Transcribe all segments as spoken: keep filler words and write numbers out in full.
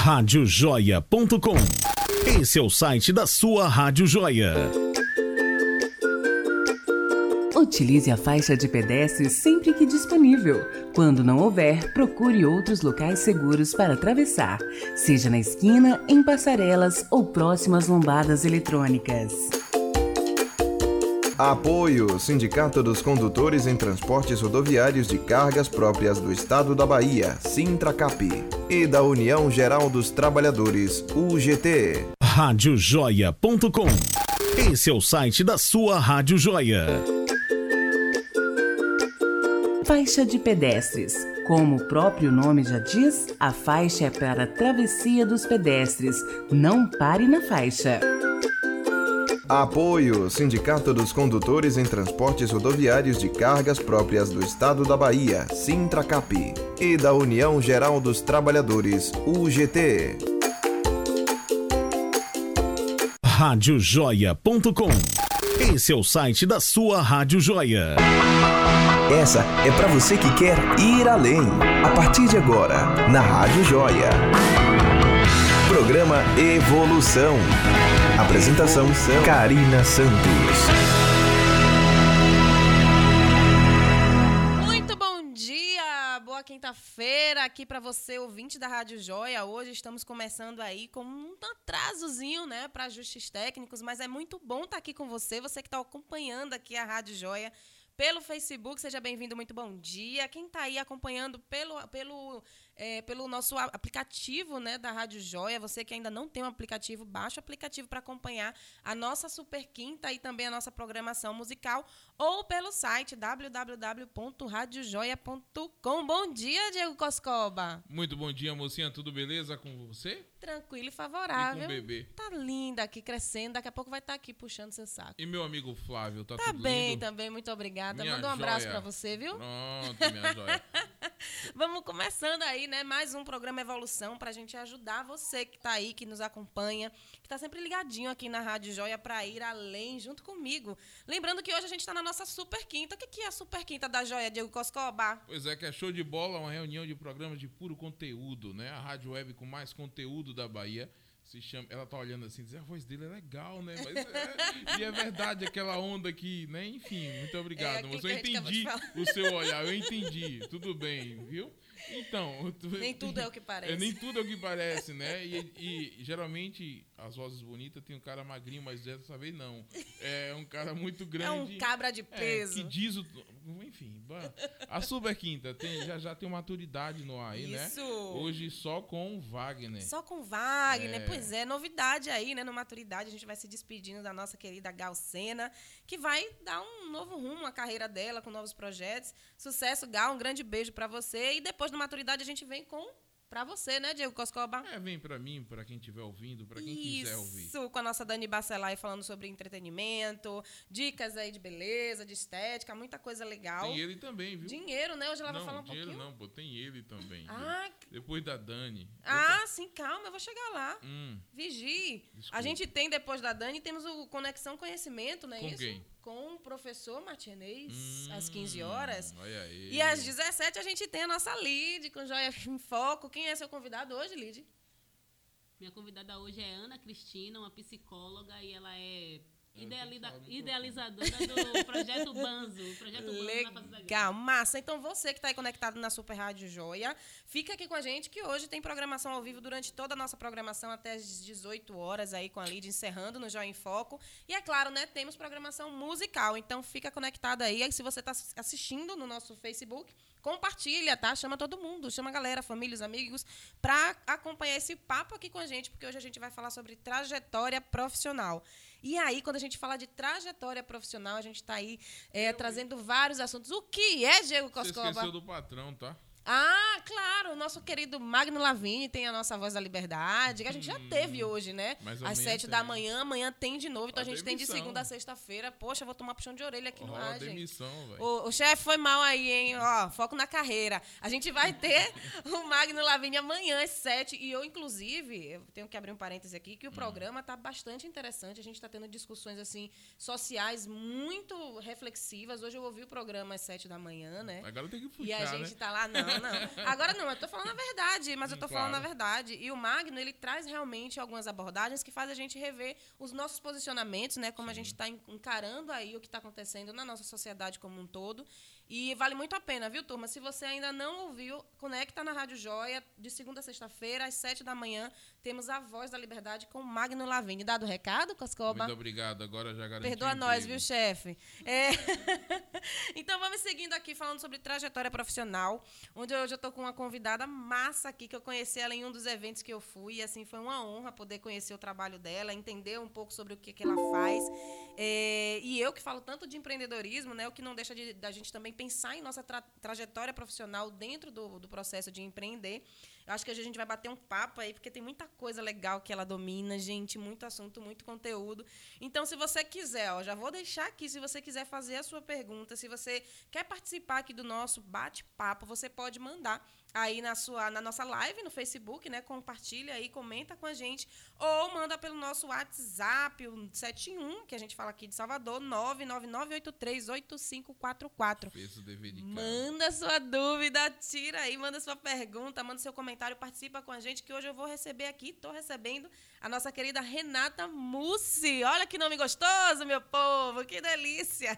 rádio joia ponto com. Esse é o site da sua Rádio Joia. Utilize a faixa de pedestres sempre que disponível. Quando não houver, procure outros locais seguros para atravessar, seja na esquina, em passarelas ou próximas lombadas eletrônicas. Apoio: Sindicato dos Condutores em Transportes Rodoviários de Cargas Próprias do Estado da Bahia, Sintracap, e da União Geral dos Trabalhadores, U G T. rádio joia ponto com. Esse é o site da sua Rádio Joia. Faixa de pedestres. Como o próprio nome já diz, a faixa é para a travessia dos pedestres. Não pare na faixa. Apoio: Sindicato dos Condutores em Transportes Rodoviários de Cargas Próprias do Estado da Bahia, Sintracap, e da União Geral dos Trabalhadores, U G T. rádio joia ponto com. Esse é o site da sua Rádio Joia. Essa é para você que quer ir além. A partir de agora, na Rádio Joia. Programa Evolução. Apresentação: Karina Santos. Muito bom dia, boa quinta-feira aqui para você, ouvinte da Rádio Joia. Hoje estamos começando aí com um atrasozinho, né, para ajustes técnicos, mas é muito bom estar aqui com você, você que está acompanhando aqui a Rádio Joia pelo Facebook, seja bem-vindo, muito bom dia. Quem está aí acompanhando pelo, pelo, é, pelo nosso aplicativo, né, da Rádio Joia, você que ainda não tem um aplicativo, baixa o aplicativo para acompanhar a nossa Super Quinta e também a nossa programação musical, ou pelo site w w w ponto rádio joia ponto com. Bom dia, Diego Coscoba. Muito bom dia, mocinha, tudo beleza com você? Tranquilo e favorável. E com o bebê? Tá linda aqui, crescendo, daqui a pouco vai estar aqui puxando seu saco. E meu amigo Flávio, tá, tá tudo bem lindo? também, muito obrigada. Minha Manda um abraço joia. pra você, viu? Pronto, minha joia. Vamos começando aí, né? Mais um programa Evolução pra gente ajudar você que tá aí, que nos acompanha, que tá sempre ligadinho aqui na Rádio Joia pra ir além junto comigo. Lembrando que hoje a gente tá na nossa Super Quinta. O que que é a Super Quinta da Joia, Diego Coscoba? Pois é, que é show de bola, uma reunião de programas de puro conteúdo, né? A Rádio Web com mais conteúdo da Bahia. Se chama, ela tá olhando assim, diz, a voz dele é legal, né? Mas é, e é verdade, aquela onda que, né? Enfim, muito obrigado, É moço. Eu entendi o seu olhar, eu entendi. Tudo bem, viu? Então... Nem tudo é o que parece. É, nem tudo é o que parece, né? E, e geralmente as vozes bonitas tem um cara magrinho, mas dessa vez não. É um cara muito grande. É um cabra de peso. É, que diz o... Enfim, a Super Quinta tem, já, já tem maturidade no ar aí, né? Isso. Hoje só com o Wagner. Só com Wagner, É. Pois é, novidade aí, né? No Maturidade, a gente vai se despedindo da nossa querida Gal Sena, que vai dar um novo rumo à carreira dela, com novos projetos. Sucesso, Gal, um grande beijo pra você. E depois do Maturidade, a gente vem com... Pra você, né, Diego Coscoba? É, vem pra mim, pra quem estiver ouvindo, pra quem quiser ouvir. Isso, com a nossa Dani Bacelar falando sobre entretenimento, dicas aí de beleza, de estética, muita coisa legal. Tem ele também, viu? Dinheiro, né? Hoje ela não, vai falar um dinheiro pouquinho. não, pô, tem ele também. Ah, viu? Depois da Dani. Ah, eu... sim, calma, eu vou chegar lá. Hum, Vigie. Desculpa. A gente tem, depois da Dani, temos o Conexão Conhecimento, não é Com isso? quem? Com o professor Martinez, hum, às quinze horas. Olha aí. E às dezessete a gente tem a nossa Lid, com Joia em Foco. Quem é seu convidado hoje, Lid? Minha convidada hoje é Ana Cristina, uma psicóloga, e ela é idealida, idealizadora do Projeto Banzo. O Projeto Banzo na Face da Legal, massa. Então você que está aí conectado na Super Rádio Joia, fica aqui com a gente que hoje tem programação ao vivo durante toda a nossa programação até às dezoito horas aí com a Lid encerrando no Joia em Foco. E é claro, né, temos programação musical, então fica conectado aí. Aí se você está assistindo no nosso Facebook, compartilha, tá? Chama todo mundo, chama a galera, família, os amigos, para acompanhar esse papo aqui com a gente, porque hoje a gente vai falar sobre trajetória profissional. E aí, quando a gente fala de trajetória profissional, a gente está aí é, trazendo vários assuntos. O que é, Diego Coscoba? Você esqueceu do patrão, tá? Ah, claro, o nosso querido Magno Lavigne tem a nossa Voz da Liberdade, que a gente já teve hoje, né? Mas Às amanhã sete tem. da manhã, amanhã tem de novo, então A a gente tem de demissão. segunda a sexta-feira. Poxa, eu vou tomar puxão de orelha aqui no Rola ar, gente. demissão, velho. O, o chefe foi mal aí, hein? Ó, foco na carreira. A gente vai ter o Magno Lavigne amanhã às sete. E eu, inclusive, eu tenho que abrir um parêntese aqui, que o Hum. programa tá bastante interessante. A gente tá tendo discussões, assim, sociais muito reflexivas. Hoje eu ouvi o programa às sete da manhã, né? Agora tem que puxar, E a gente né? tá lá, não, Não, não. Agora não, eu tô falando a verdade, mas eu tô Claro. falando a verdade. E o Magno, ele traz realmente algumas abordagens que fazem a gente rever os nossos posicionamentos, né? Como Sim. a gente está encarando aí o que está acontecendo na nossa sociedade como um todo. E vale muito a pena, viu, turma? Se você ainda não ouviu, conecta na Rádio Joia, de segunda a sexta-feira, às sete da manhã, temos a Voz da Liberdade com Magno Lavigne. Dado o recado, Coscoba? Muito obrigado, agora já garanti. Perdoa nós, viu, chefe? É. Então, vamos seguindo aqui, falando sobre trajetória profissional, onde hoje eu estou com uma convidada massa aqui, que eu conheci ela em um dos eventos que eu fui, e assim, foi uma honra poder conhecer o trabalho dela, entender um pouco sobre o que, que ela faz. É, e eu que falo tanto de empreendedorismo, né, o que não deixa de, da gente também pensar em nossa tra trajetória profissional dentro do, do processo de empreender. Eu acho que hoje a gente vai bater um papo aí, porque tem muita coisa legal que ela domina, gente, muito assunto, muito conteúdo. Então, se você quiser, ó, já vou deixar aqui, se você quiser fazer a sua pergunta, se você quer participar aqui do nosso bate-papo, você pode mandar aí na, sua, na nossa live no Facebook, né? Compartilha aí, comenta com a gente, ou manda pelo nosso WhatsApp, o sete um, que a gente fala aqui de Salvador, nove nove nove oito três oito cinco quatro quatro. Fez o dever de casa. Manda sua dúvida, tira aí, manda sua pergunta, manda seu comentário, participa com a gente, que hoje eu vou receber aqui, estou recebendo a nossa querida Renata Mussi. Olha que nome gostoso, meu povo, que delícia.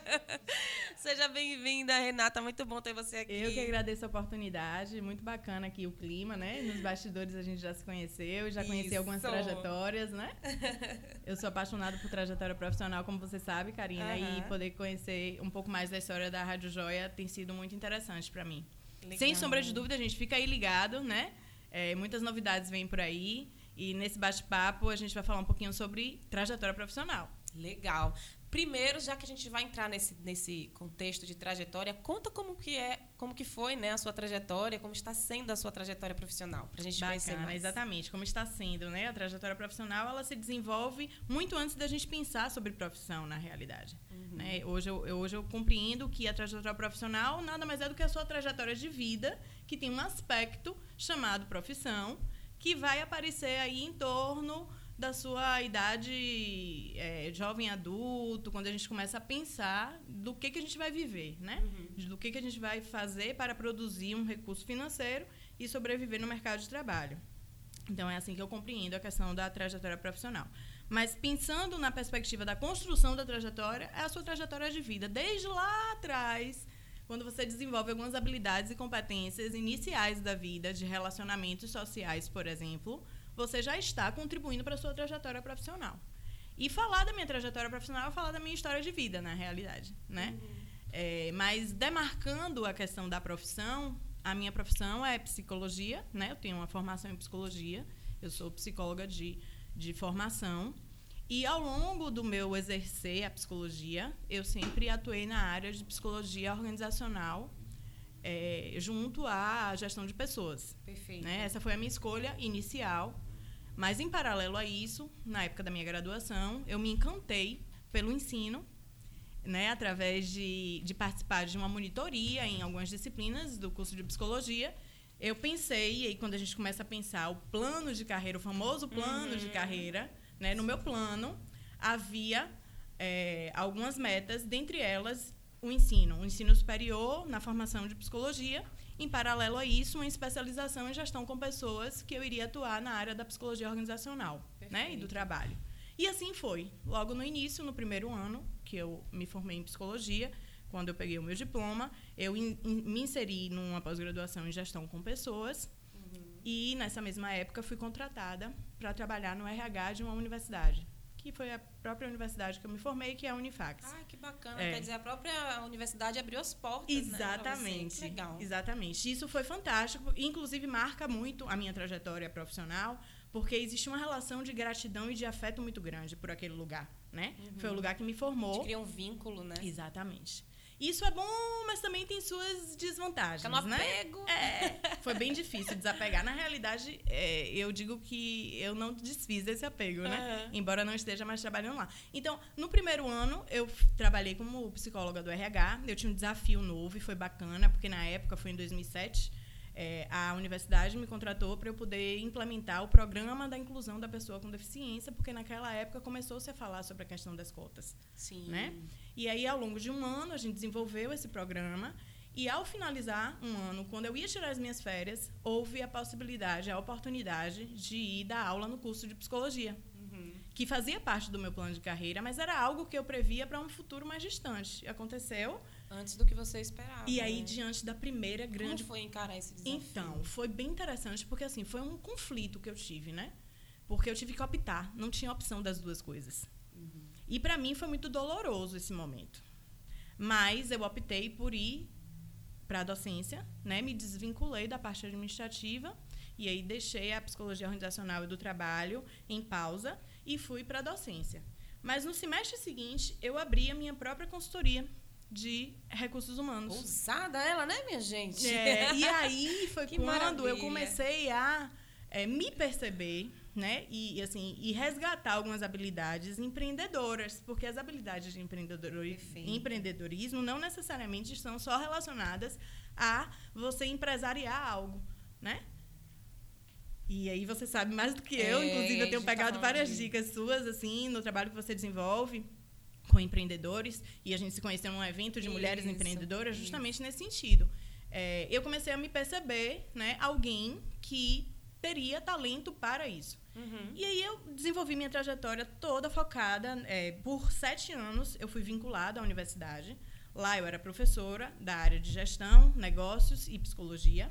Seja bem-vinda, Renata, muito bom ter você aqui. Eu que agradeço a oportunidade. Muito bacana aqui o clima, né? Nos bastidores a gente já se conheceu, já conheci Isso. algumas trajetórias, né? Eu sou apaixonada por trajetória profissional, como você sabe, Karina, uhum. e poder conhecer um pouco mais da história da Rádio Joia tem sido muito interessante para mim. Legal. Sem sombra de dúvida, a gente fica aí ligado, né? É, muitas novidades vêm por aí e nesse bate-papo a gente vai falar um pouquinho sobre trajetória profissional. Legal. Primeiro, já que a gente vai entrar nesse, nesse contexto de trajetória, conta como que é, como que foi, né, a sua trajetória, como está sendo a sua trajetória profissional, para a gente conhecer mais. Exatamente, como está sendo, né? A trajetória profissional, ela se desenvolve muito antes da gente pensar sobre profissão, na realidade. Uhum. Né? Hoje, eu, eu, hoje eu compreendo que a trajetória profissional nada mais é do que a sua trajetória de vida, que tem um aspecto chamado profissão, que vai aparecer aí em torno da sua idade é, jovem adulto, quando a gente começa a pensar do que, que a gente vai viver, né? Uhum. Do que, que a gente vai fazer para produzir um recurso financeiro e sobreviver no mercado de trabalho. Então, é assim que eu compreendo a questão da trajetória profissional. Mas, pensando na perspectiva da construção da trajetória, é a sua trajetória de vida. Desde lá atrás, quando você desenvolve algumas habilidades e competências iniciais da vida, de relacionamentos sociais, por exemplo, você já está contribuindo para a sua trajetória profissional. E falar da minha trajetória profissional é falar da minha história de vida, na realidade, né? Uhum. É, mas, demarcando a questão da profissão, a minha profissão é psicologia, né? Eu tenho uma formação em psicologia, eu sou psicóloga de, de formação. E, ao longo do meu exercer a psicologia, eu sempre atuei na área de psicologia organizacional, é, junto à gestão de pessoas. Perfeito. Né? Essa foi a minha escolha inicial. Mas, em paralelo a isso, na época da minha graduação, eu me encantei pelo ensino, né, através de, de participar de uma monitoria em algumas disciplinas do curso de psicologia. Eu pensei, e aí quando a gente começa a pensar o plano de carreira, o famoso plano uhum. de carreira, né, no meu plano havia é, algumas metas, dentre elas o ensino, o ensino superior na formação de psicologia. Em paralelo a isso, uma especialização em gestão com pessoas, que eu iria atuar na área da psicologia organizacional, né, e do trabalho. E assim foi. Logo no início, no primeiro ano, que eu me formei em psicologia, quando eu peguei o meu diploma, eu in, in, me inseri numa pós-graduação em gestão com pessoas. Uhum. E, nessa mesma época, fui contratada para trabalhar no R H de uma universidade, que foi a própria universidade que eu me formei, que é a Unifax. Ah, que bacana. É. Quer dizer, a própria universidade abriu as portas, Exatamente. Né, legal. Exatamente. Isso foi fantástico. Inclusive, marca muito a minha trajetória profissional, porque existe uma relação de gratidão e de afeto muito grande por aquele lugar, né? Uhum. Foi o lugar que me formou. Cria um vínculo, né? Exatamente. Isso é bom, mas também tem suas desvantagens, Fica no né? apego. É, foi bem difícil desapegar. Na realidade, é, eu digo que eu não desfiz desse apego, né? Uhum. Embora não esteja mais trabalhando lá. Então, no primeiro ano, eu trabalhei como psicóloga do R H. Eu tinha um desafio novo e foi bacana, porque na época, foi em dois mil e sete, é, a universidade me contratou para eu poder implementar o programa da inclusão da pessoa com deficiência, porque naquela época começou-se a falar sobre a questão das cotas. Sim. Né? E aí, ao longo de um ano, a gente desenvolveu esse programa E, ao finalizar um ano, quando eu ia tirar as minhas férias, houve a possibilidade, a oportunidade de ir dar aula no curso de psicologia, uhum. que fazia parte do meu plano de carreira, mas era algo que eu previa para um futuro mais distante. Aconteceu. Antes do que você esperava. E aí, né? diante da primeira grande... Como foi encarar esse desafio? Então, foi bem interessante, porque assim, foi um conflito que eu tive, né? Porque eu tive que optar, não tinha opção das duas coisas. Uhum. E, para mim, foi muito doloroso esse momento. Mas eu optei por ir para a docência, né? Me desvinculei da parte administrativa e aí deixei a psicologia organizacional e do trabalho em pausa e fui para a docência. Mas no semestre seguinte, eu abri a minha própria consultoria de recursos humanos. Ousada ela, né, minha gente? É, e aí foi que quando maravilha. eu comecei a é, me perceber, né, e, assim, e resgatar algumas habilidades empreendedoras, porque as habilidades de empreendedorismo, empreendedorismo não necessariamente estão só relacionadas a você empresariar algo, né? E aí você sabe mais do que eu, é, inclusive eu tenho pegado tá várias de... dicas suas, assim, no trabalho que você desenvolve com empreendedores, e a gente se conheceu num evento de isso, mulheres empreendedoras isso. justamente nesse sentido. É, eu comecei a me perceber, né, alguém que teria talento para isso. Uhum. E aí eu desenvolvi minha trajetória toda focada. É, por sete anos eu fui vinculada à universidade. Lá eu era professora da área de gestão, negócios e psicologia.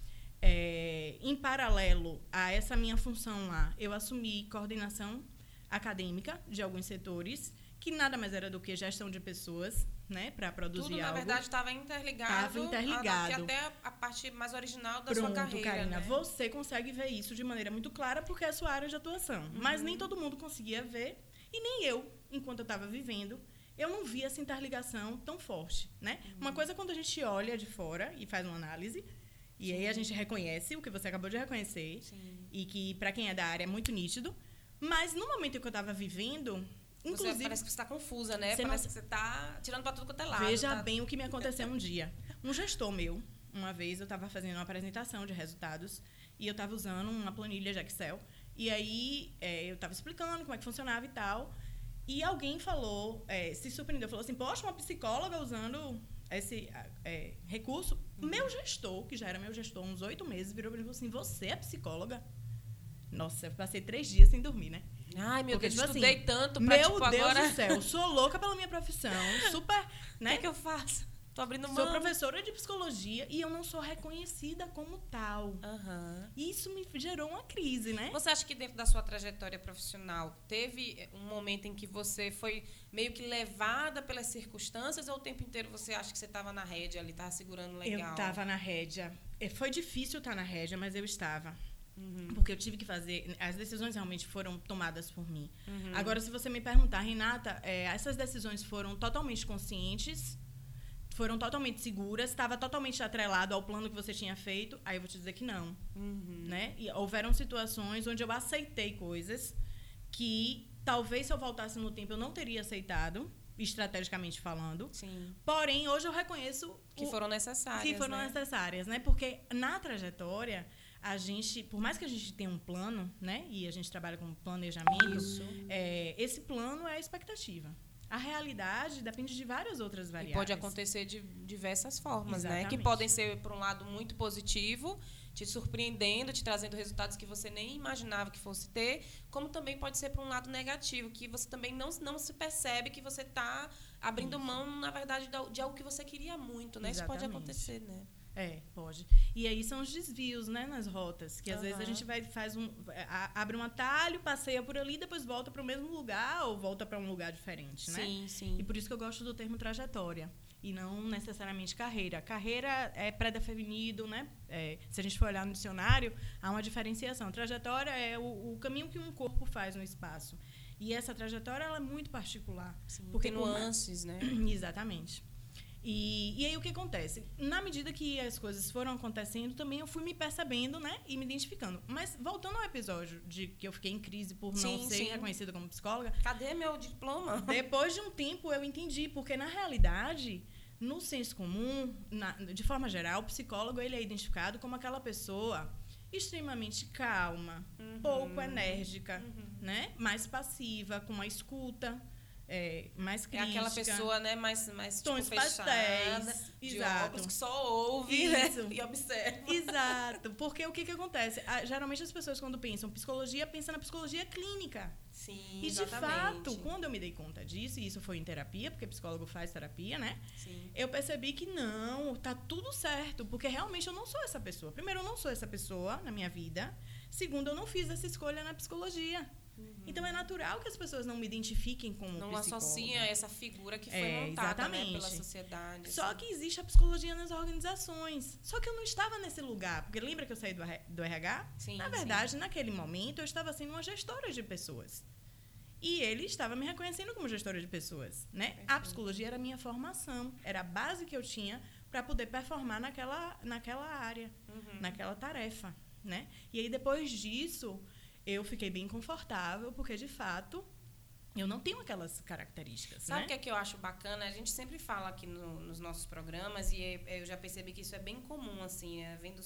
É, em paralelo a essa minha função lá, eu assumi coordenação acadêmica de alguns setores, que nada mais era do que gestão de pessoas, né, para produzir Tudo, algo. na verdade, estava interligado. Estava interligado. A, a, até a parte mais original da Pronto, sua carreira. Karina, né? você consegue ver isso de maneira muito clara porque é a sua área de atuação. Uhum. Mas nem todo mundo conseguia ver, e nem eu, enquanto eu estava vivendo, eu não via essa interligação tão forte, né? Uhum. Uma coisa é quando a gente olha de fora e faz uma análise, e Sim. aí a gente reconhece o que você acabou de reconhecer, Sim. e que, para quem é da área, é muito nítido. Mas, no momento em que eu estava vivendo... Inclusive, você parece que você está confusa, né? Você Parece não... que você está tirando para tudo quanto é lado. Veja tá... bem o que me aconteceu um dia. Um gestor meu, uma vez, eu estava fazendo uma apresentação de resultados e eu estava usando uma planilha de Excel. E aí, é, eu estava explicando como é que funcionava e tal. E alguém falou, é, se surpreendeu, falou assim, poxa, uma psicóloga usando esse é, recurso. Uhum. Meu gestor, que já era meu gestor há uns oito meses, virou para mim e falou assim, você é psicóloga? Nossa, eu passei três dias sem dormir, né? Ai, meu Porque, Deus, tipo estudei assim, tanto pra, meu tipo, Deus agora... do céu, sou louca pela minha profissão, super, né? O que é que eu faço? Tô abrindo mão. Sou professora de psicologia e eu não sou reconhecida como tal. Uhum. Isso me gerou uma crise, né? Você acha que dentro da sua trajetória profissional teve um momento em que você foi meio que levada pelas circunstâncias ou o tempo inteiro você acha que você estava na rédea ali, estava segurando legal? Eu estava na rédea. Foi difícil estar na rédea, mas eu estava. Uhum. Porque eu tive que fazer... As decisões realmente foram tomadas por mim. Uhum. Agora, se você me perguntar, Renata, é, essas decisões foram totalmente conscientes, foram totalmente seguras, estava totalmente atrelado ao plano que você tinha feito, aí eu vou te dizer que não. Uhum. Né? E houveram situações onde eu aceitei coisas que talvez se eu voltasse no tempo eu não teria aceitado, estrategicamente falando. Sim. Porém, hoje eu reconheço... Que o, foram necessárias, Que foram né? necessárias, né? Porque na trajetória... A gente, por mais que a gente tenha um plano, né, e a gente trabalha com planejamento, é, esse plano é a expectativa. A realidade depende de várias outras variáveis. E pode acontecer de diversas formas, Exatamente. né? Que podem ser, por um lado, muito positivo, te surpreendendo, te trazendo resultados que você nem imaginava que fosse ter, como também pode ser, por um lado, negativo, que você também não, não se percebe que você está abrindo Isso. mão, na verdade, de algo que você queria muito, né? Exatamente. Isso pode acontecer, né? É, pode. E aí são os desvios, né, nas rotas, que às uhum. vezes a gente vai faz um a, abre um atalho, passeia por ali, depois volta para o mesmo lugar ou volta para um lugar diferente, né? Sim, sim. E por isso que eu gosto do termo trajetória e não necessariamente carreira. Carreira é pré-definido, né? É, se a gente for olhar no dicionário, há uma diferenciação. Trajetória é o, o caminho que um corpo faz no espaço. E essa trajetória ela é muito particular. Sim, porque tem nuances, né? Exatamente. E, e aí o que acontece? Na medida que as coisas foram acontecendo, também eu fui me percebendo, né? E me identificando. Mas voltando ao episódio de que eu fiquei em crise por não sim, ser sim. reconhecida como psicóloga. Cadê meu diploma? Depois de um tempo eu entendi, porque na realidade, no senso comum, na, de forma geral, o psicólogo ele é identificado como aquela pessoa extremamente calma, uhum. pouco enérgica, uhum. né? Mais passiva, com uma escuta. É, mais crítica. É aquela pessoa, né, mais, mais tons tipo, fechada, pastéis, de exato. óculos, que só ouve, Isso. né, e observa. Exato, porque o que que acontece? Ah, geralmente as pessoas quando pensam psicologia, pensam na psicologia clínica. Sim, E exatamente. de fato, quando eu me dei conta disso, e isso foi em terapia, porque psicólogo faz terapia, né? Sim. Eu percebi que não, tá tudo certo, porque realmente eu não sou essa pessoa. Primeiro, eu não sou essa pessoa na minha vida. Segundo, eu não fiz essa escolha na psicologia. Uhum. Então é natural que as pessoas não me identifiquem como não psicóloga. Não associam essa figura que foi é, montada, né, pela sociedade. Só assim. que existe a psicologia nas organizações. Só que eu não estava nesse lugar. Porque lembra que eu saí do, do R H? Sim, na verdade, sim. naquele momento, eu estava sendo uma gestora de pessoas. E ele estava me reconhecendo como gestora de pessoas, né? Perfeito. A psicologia era a minha formação. Era a base que eu tinha para poder performar naquela, naquela área, uhum. naquela tarefa, né? E aí, depois disso, eu fiquei bem confortável, porque, de fato, eu não tenho aquelas características, Sabe o né? que é que eu acho bacana? A gente sempre fala aqui no, nos nossos programas, e eu já percebi que isso é bem comum, assim, é, vem do,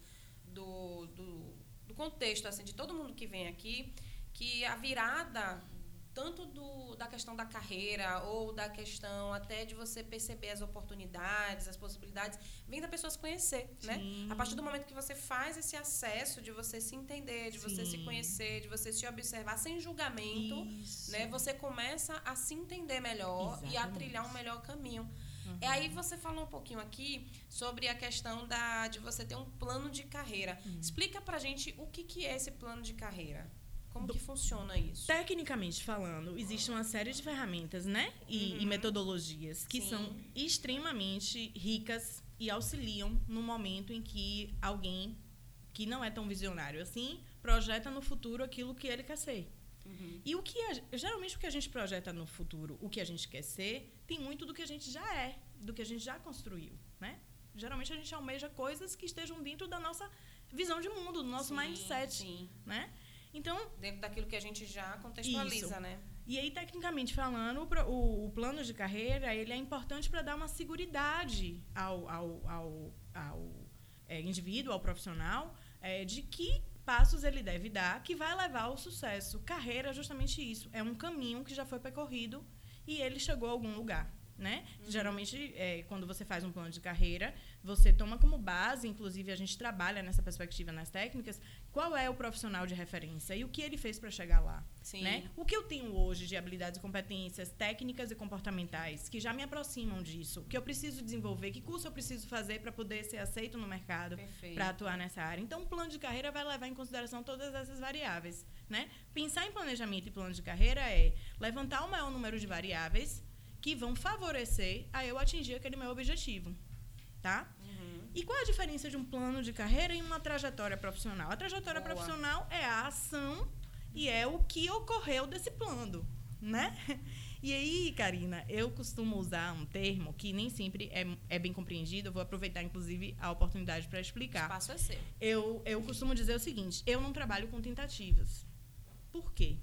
do, do, do contexto, assim, de todo mundo que vem aqui, que a virada, tanto do, da questão da carreira ou da questão até de você perceber as oportunidades, as possibilidades, vem da pessoa se conhecer, Sim. né? A partir do momento que você faz esse acesso de você se entender, de você Sim. se conhecer, de você se observar sem julgamento, Isso. né? Você começa a se entender melhor. Exatamente. E a trilhar um melhor caminho. Uhum. E aí você falou um pouquinho aqui sobre a questão da, de você ter um plano de carreira. Uhum. Explica pra gente o que, que é esse plano de carreira. Como que funciona isso? Tecnicamente falando, existe uma série de ferramentas, né? E, uhum. e metodologias que Sim. são extremamente ricas e auxiliam no momento em que alguém que não é tão visionário assim projeta no futuro aquilo que ele quer ser. Uhum. E o que a, geralmente o que a gente projeta no futuro, o que a gente quer ser, tem muito do que a gente já é, do que a gente já construiu, né? Geralmente a gente almeja coisas que estejam dentro da nossa visão de mundo, do nosso sim, mindset, sim. né? Então, dentro daquilo que a gente já contextualiza, isso. né? E aí, tecnicamente falando, o, o, o plano de carreira ele é importante para dar uma seguridade ao, ao, ao, ao é, indivíduo, ao profissional, é, de que passos ele deve dar que vai levar ao sucesso. Carreira é justamente isso. É um caminho que já foi percorrido e ele chegou a algum lugar. Né? Uhum. Geralmente, é, quando você faz um plano de carreira, você toma como base, inclusive a gente trabalha nessa perspectiva nas técnicas, qual é o profissional de referência e o que ele fez para chegar lá. Sim. Né? O que eu tenho hoje de habilidades e competências técnicas e comportamentais que já me aproximam disso, que eu preciso desenvolver, que curso eu preciso fazer para poder ser aceito no mercado, para atuar nessa área. Então, o plano de carreira vai levar em consideração todas essas variáveis. Né? Pensar em planejamento e plano de carreira é levantar o maior número de variáveis que vão favorecer a eu atingir aquele meu objetivo, tá? Uhum. E qual a diferença de um plano de carreira e uma trajetória profissional? A trajetória Boa. profissional é a ação e é o que ocorreu desse plano, né? E aí, Karina, eu costumo usar um termo que nem sempre é, é bem compreendido. Eu vou aproveitar, inclusive, a oportunidade para explicar. O espaço é seu. Eu, eu costumo dizer o seguinte, eu não trabalho com tentativas. Por quê?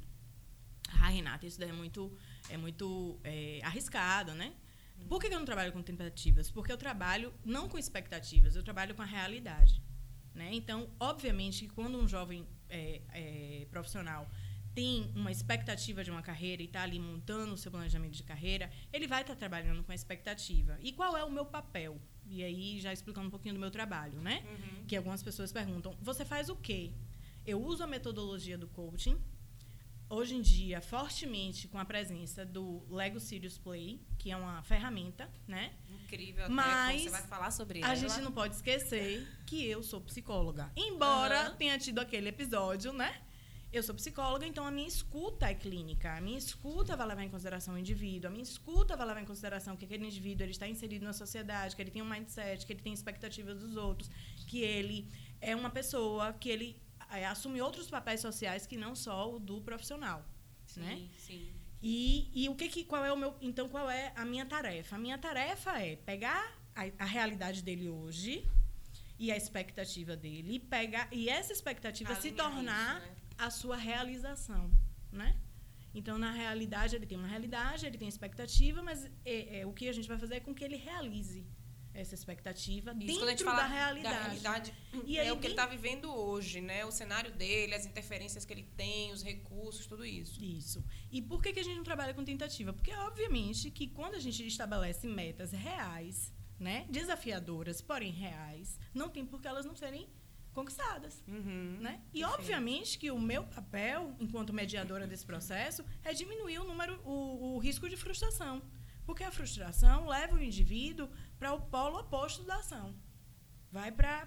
Ah, Renata, isso daí é muito... é muito é, arriscado, né? Por que eu não trabalho com tentativas? Porque eu trabalho não com expectativas, eu trabalho com a realidade. Né? Então, obviamente, quando um jovem é, é, profissional tem uma expectativa de uma carreira e está ali montando o seu planejamento de carreira, ele vai estar trabalhando com a expectativa. E qual é o meu papel? E aí, já explicando um pouquinho do meu trabalho, né? Uhum. Que algumas pessoas perguntam, você faz o quê? Eu uso a metodologia do coaching, hoje em dia, fortemente com a presença do Lego Serious Play, que é uma ferramenta, né? Incrível, até mas você vai falar sobre a ela. gente não pode esquecer que eu sou psicóloga. Embora uhum. tenha tido aquele episódio, né? Eu sou psicóloga, então a minha escuta é clínica. A minha escuta vai levar em consideração o indivíduo. A minha escuta vai levar em consideração que aquele indivíduo ele está inserido na sociedade, que ele tem um mindset, que ele tem expectativas dos outros, que ele é uma pessoa, que ele... É, assumir outros papéis sociais que não só o do profissional, sim, né? Sim. E, e o que que qual é o meu então qual é a minha tarefa? A minha tarefa é pegar a, a realidade dele hoje e a expectativa dele e pegar e essa expectativa se tornar isso, né? a sua realização, né? Então na realidade ele tem uma realidade, ele tem expectativa, mas é, é, o que a gente vai fazer é com que ele realize, essa expectativa Isso, dentro quando a gente da fala realidade. Da realidade E é aí, o que ele bem- está vivendo hoje, né? O cenário dele, as interferências que ele tem, os recursos, tudo isso. Isso. E por que, que a gente não trabalha com tentativa? Porque, obviamente, que quando a gente estabelece metas reais, né, desafiadoras, porém reais, não tem por que elas não serem conquistadas. Uhum. Né? E, Perfeito. obviamente, que o meu papel, enquanto mediadora desse processo, é diminuir o número, o, o risco de frustração. Porque a frustração leva o indivíduo para o polo oposto da ação. Vai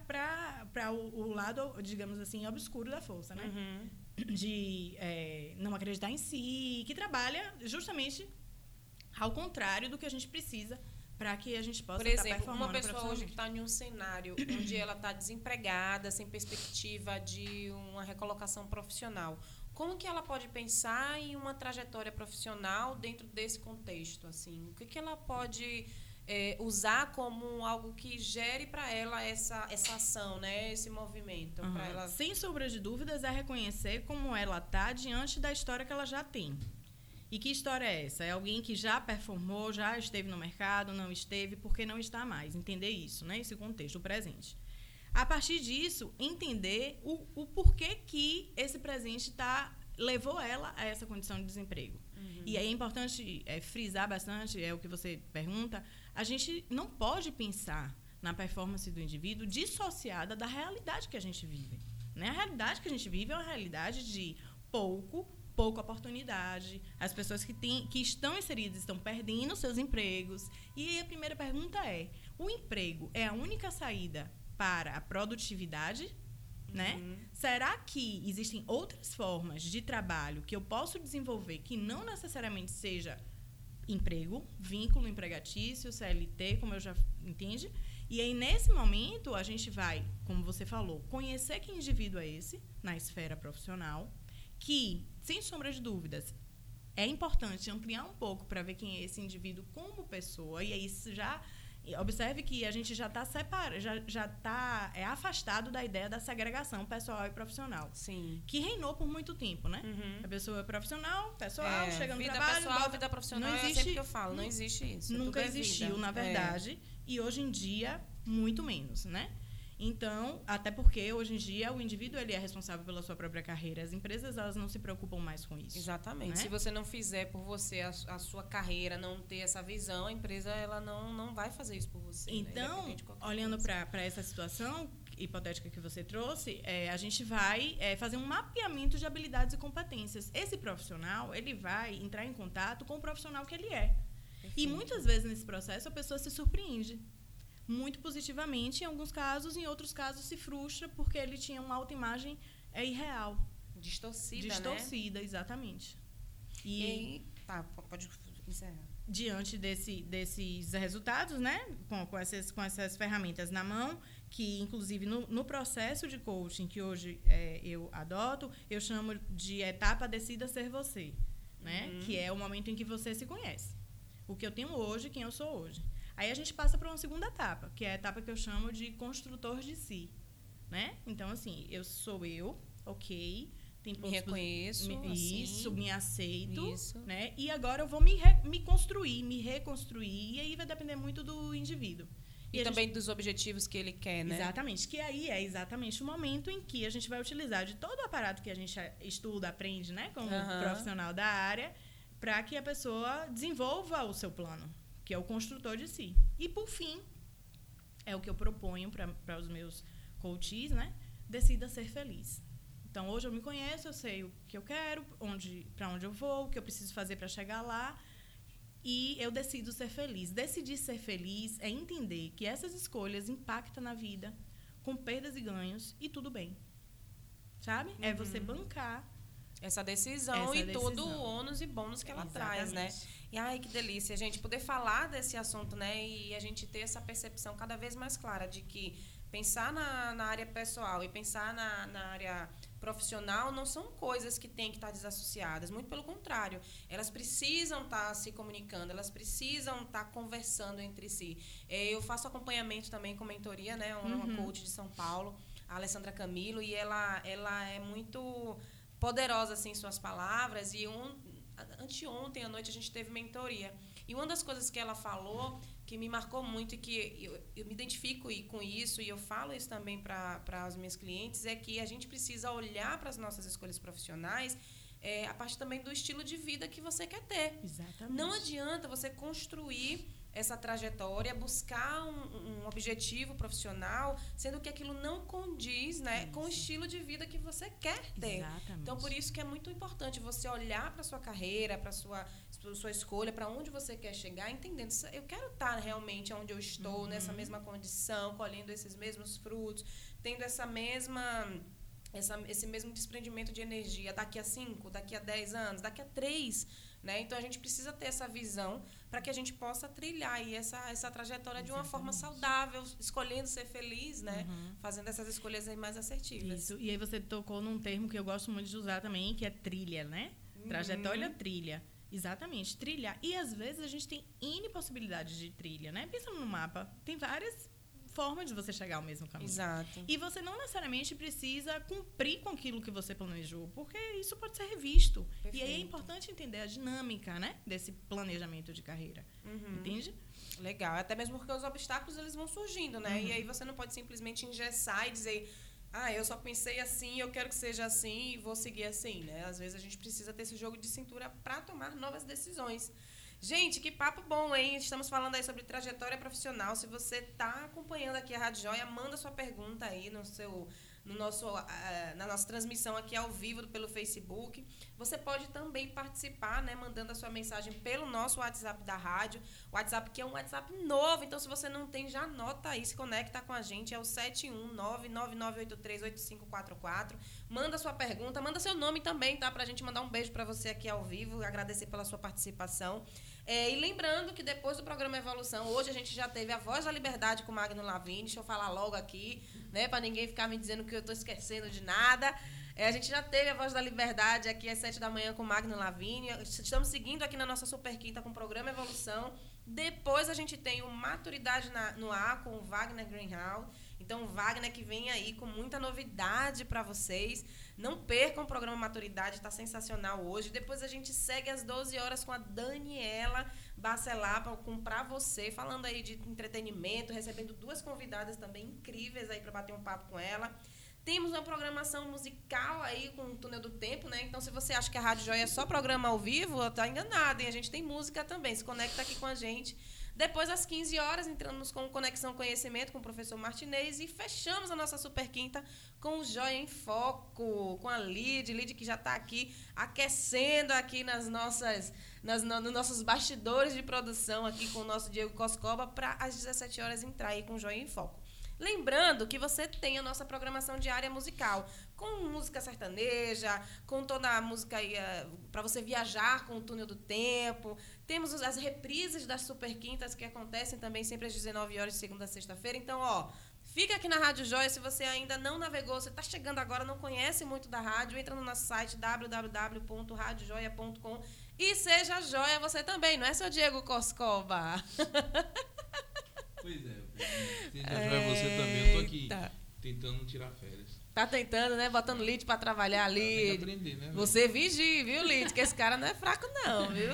para o, o lado, digamos assim, obscuro da força, né? Uhum. De é, não acreditar em si, que trabalha justamente ao contrário do que a gente precisa para que a gente possa Por estar exemplo, performando uma pessoa hoje que profissionalmente. está em um cenário onde ela está desempregada, sem perspectiva de uma recolocação profissional, como que ela pode pensar em uma trajetória profissional dentro desse contexto? Assim? O que, que ela pode é, usar como algo que gere para ela essa, essa ação, né? Esse movimento? Uhum. Pra ela... Sem sombra de dúvidas, é reconhecer como ela está diante da história que ela já tem. E que história é essa? É alguém que já performou, já esteve no mercado, não esteve, porque não está mais. Entender isso, né? Esse contexto, o presente. A partir disso, entender o, o porquê que esse presente tá, levou ela a essa condição de desemprego. Uhum. E aí é importante é, frisar bastante, é o que você pergunta, a gente não pode pensar na performance do indivíduo dissociada da realidade que a gente vive. Né? A realidade que a gente vive é uma realidade de pouco, pouca oportunidade. As pessoas que, têm, que estão inseridas estão perdendo seus empregos. E aí a primeira pergunta é, o emprego é a única saída para a produtividade, né? Uhum. Será que existem outras formas de trabalho que eu posso desenvolver que não necessariamente seja emprego, vínculo empregatício, C L T, como eu já entende? E aí, nesse momento, a gente vai, como você falou, conhecer que indivíduo é esse na esfera profissional, que, sem sombra de dúvidas, é importante ampliar um pouco para ver quem é esse indivíduo como pessoa, e aí isso já... Observe que a gente já está separado, já já tá é, afastado da ideia da segregação pessoal e profissional. Sim. Que reinou por muito tempo, né? Uhum. A pessoa é profissional, pessoal, É, chega no vida trabalho... pessoal, bota, vida profissional, não é existe, sempre que eu falo, não existe isso. Nunca tudo é existiu, vida. na É. verdade. E hoje em dia, muito menos, né? Então, até porque hoje em dia o indivíduo ele é responsável pela sua própria carreira. As empresas elas não se preocupam mais com isso. Exatamente. Né? Se você não fizer por você a, a sua carreira, não ter essa visão, a empresa ela não, não vai fazer isso por você. Então, né? Independente de qualquer olhando coisa. para essa situação hipotética que você trouxe, é, a gente vai é, fazer um mapeamento de habilidades e competências. Esse profissional ele vai entrar em contato com o profissional que ele é. Perfeito. E muitas vezes nesse processo a pessoa se surpreende. Muito positivamente, em alguns casos, em outros casos se frustra porque ele tinha uma autoimagem é, irreal. Distorcida, Distorcida, né? exatamente. E, E, aí, tá, pode encerrar. diante desse, desses resultados, né, com, com, essas, com essas ferramentas na mão, que inclusive no, no processo de coaching que hoje é, eu adoto, eu chamo de etapa decida ser você, né? Uhum. Que é o momento em que você se conhece. O que eu tenho hoje, quem eu sou hoje. Aí a gente passa para uma segunda etapa, que é a etapa que eu chamo de construtor de si, né? Então, assim, eu sou eu, ok, tem Me pontos reconheço, me, assim. isso, me aceito, Isso. né? E agora eu vou me, re, me construir, me reconstruir, e aí vai depender muito do indivíduo. E, a também gente, dos objetivos que ele quer, né? exatamente, que aí é exatamente o momento em que a gente vai utilizar de todo o aparato que a gente estuda, aprende, né? Como Aham. profissional da área, para que a pessoa desenvolva o seu plano, que é o construtor de si. E, por fim, é o que eu proponho para os meus coaches, né? Decida ser feliz. Então, hoje eu me conheço, eu sei o que eu quero, onde, para onde eu vou, o que eu preciso fazer para chegar lá, e eu decido ser feliz. Decidir ser feliz é entender que essas escolhas impactam na vida, com perdas e ganhos, e tudo bem. Sabe? Uhum. É você bancar essa decisão essa e decisão. todo o ônus e bônus que ela Exatamente. traz, né? E ai, que delícia, gente, poder falar desse assunto, né? E a gente ter essa percepção cada vez mais clara de que pensar na, na área pessoal e pensar na, na área profissional não são coisas que têm que estar desassociadas. Muito pelo contrário. Elas precisam estar se comunicando, elas precisam estar conversando entre si. Eu faço acompanhamento também com mentoria, né? Uma, uhum. uma coach de São Paulo, a Alessandra Camilo, e ela, ela é muito poderosa assim, em suas palavras. E um, anteontem à noite a gente teve mentoria. E uma das coisas que ela falou que me marcou muito e que eu, eu me identifico com isso, e eu falo isso também para as minhas clientes, é que a gente precisa olhar para as nossas escolhas profissionais é, a partir também do estilo de vida que você quer ter. Exatamente. Não adianta você construir essa trajetória, buscar um, um objetivo profissional, sendo que aquilo não condiz, né, com o estilo de vida que você quer ter. Exatamente. Então, por isso que é muito importante você olhar para a sua carreira, para a sua, sua escolha, para onde você quer chegar, entendendo, eu quero estar realmente onde eu estou, uhum. nessa mesma condição, colhendo esses mesmos frutos, tendo essa mesma... Essa, esse mesmo desprendimento de energia daqui a cinco, daqui a dez anos, daqui a três, né? Então, a gente precisa ter essa visão para que a gente possa trilhar aí essa, essa trajetória Exatamente. De uma forma saudável, escolhendo ser feliz, né? Uhum. Fazendo essas escolhas aí mais assertivas. Isso. E aí você tocou num termo que eu gosto muito de usar também, que é trilha, né? Uhum. Trajetória, trilha. Exatamente, trilhar. E, às vezes, a gente tem N possibilidades de trilha, né? Pensando no mapa, tem várias forma de você chegar ao mesmo caminho. Exato. E você não necessariamente precisa cumprir com aquilo que você planejou, porque isso pode ser revisto. Perfeito. E aí é importante entender a dinâmica, né, desse planejamento de carreira. Uhum. Entende? Legal. Até mesmo porque os obstáculos eles vão surgindo, né? Uhum. E aí você não pode simplesmente engessar e dizer, ah, eu só pensei assim, eu quero que seja assim e vou seguir assim, né? Às vezes a gente precisa ter esse jogo de cintura para tomar novas decisões. Gente, que papo bom, hein? Estamos falando aí sobre trajetória profissional. Se você está acompanhando aqui a Rádio Joia, manda sua pergunta aí no seu, no nosso, uh, na nossa transmissão aqui ao vivo pelo Facebook. Você pode também participar, né, mandando a sua mensagem pelo nosso WhatsApp da rádio. O WhatsApp que é um WhatsApp novo, então se você não tem, já anota aí, se conecta com a gente. É o sete um nove, nove nove oito três, oito cinco quatro quatro. Manda sua pergunta, manda seu nome também, tá? Pra gente mandar um beijo pra você aqui ao vivo, agradecer pela sua participação. É, e lembrando que depois do programa Evolução, hoje a gente já teve a Voz da Liberdade com o Magno Lavigne. Deixa eu falar logo aqui, né, para ninguém ficar me dizendo que eu estou esquecendo de nada. É, a gente já teve a Voz da Liberdade aqui às sete da manhã com o Magno Lavigne. Estamos seguindo aqui na nossa Super Quinta com o programa Evolução. Depois a gente tem o Maturidade na, no Ar com o Wagner Greenhalgh. Então, o Wagner que vem aí com muita novidade para vocês. Não percam o programa Maturidade, está sensacional hoje. Depois a gente segue às doze horas com a Daniela Bacelar com Pra Você, falando aí de entretenimento, recebendo duas convidadas também incríveis aí para bater um papo com ela. Temos uma programação musical aí com o Túnel do Tempo, né? Então, se você acha que a Rádio Joia é só programa ao vivo, tá enganado, hein? A gente tem música também. Se conecta aqui com a gente. Depois, às quinze horas, entramos com Conexão Conhecimento com o professor Martinez e fechamos a nossa Super Quinta com o Joia em Foco, com a Lid, Lid que já está aqui aquecendo aqui nas nossas, nas, no, nos nossos bastidores de produção aqui com o nosso Diego Coscoba para às dezessete horas entrar aí com o Joia em Foco. Lembrando que você tem a nossa programação diária musical, com música sertaneja, com toda a música para você viajar com o Túnel do Tempo. Temos as reprises das Super Quintas que acontecem também sempre às dezenove horas de segunda a sexta-feira. Então, ó, fica aqui na Rádio Joia. Se você ainda não navegou, você está chegando agora, não conhece muito da rádio, entra no nosso site w w w ponto rádio joia ponto com e seja joia você também, não é, seu Diego Coscoba? Pois é, seja joia você também. Eu tô aqui tentando tirar férias. Tá tentando, né? Botando Lid pra trabalhar ali. Tem que aprender, né? Você vigie, viu, Lid? Que esse cara não é fraco, não, viu?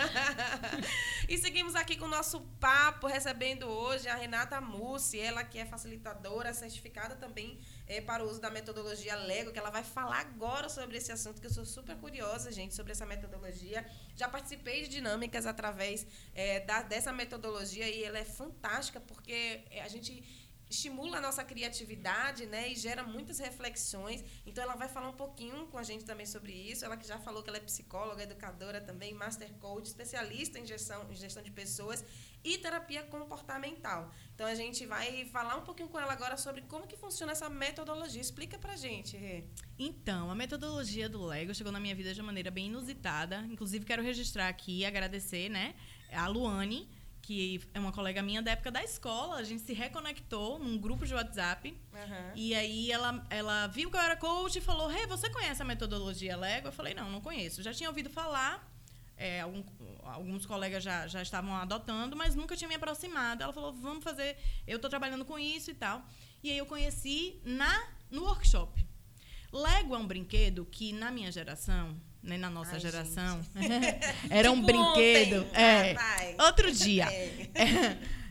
E seguimos aqui com o nosso papo, recebendo hoje a Renata Mussi, ela que é facilitadora, certificada também é, para o uso da metodologia Lego, que ela vai falar agora sobre esse assunto, que eu sou super curiosa, gente, sobre essa metodologia. Já participei de dinâmicas através é, da, dessa metodologia e ela é fantástica, porque a gente estimula a nossa criatividade, né, e gera muitas reflexões. Então, ela vai falar um pouquinho com a gente também sobre isso. Ela que já falou que ela é psicóloga, educadora também, master coach, especialista em gestão, em gestão de pessoas e terapia comportamental. Então, a gente vai falar um pouquinho com ela agora sobre como que funciona essa metodologia. Explica pra gente, Rê. Então, a metodologia do Lego chegou na minha vida de uma maneira bem inusitada. Inclusive, quero registrar aqui e agradecer, né, a Luane, que é uma colega minha da época da escola. A gente se reconectou num grupo de WhatsApp. Uhum. E aí ela, ela viu que eu era coach e falou: Hey, você conhece a metodologia Lego? Eu falei: não, não conheço. Já tinha ouvido falar, é, algum, alguns colegas já, já estavam adotando, mas nunca tinha me aproximado. Ela falou: vamos fazer, eu estou trabalhando com isso e tal. E aí eu conheci na, no workshop. Lego é um brinquedo que, na minha geração, né, na nossa Ai, geração, era tipo um brinquedo. É, ah, outro dia. É.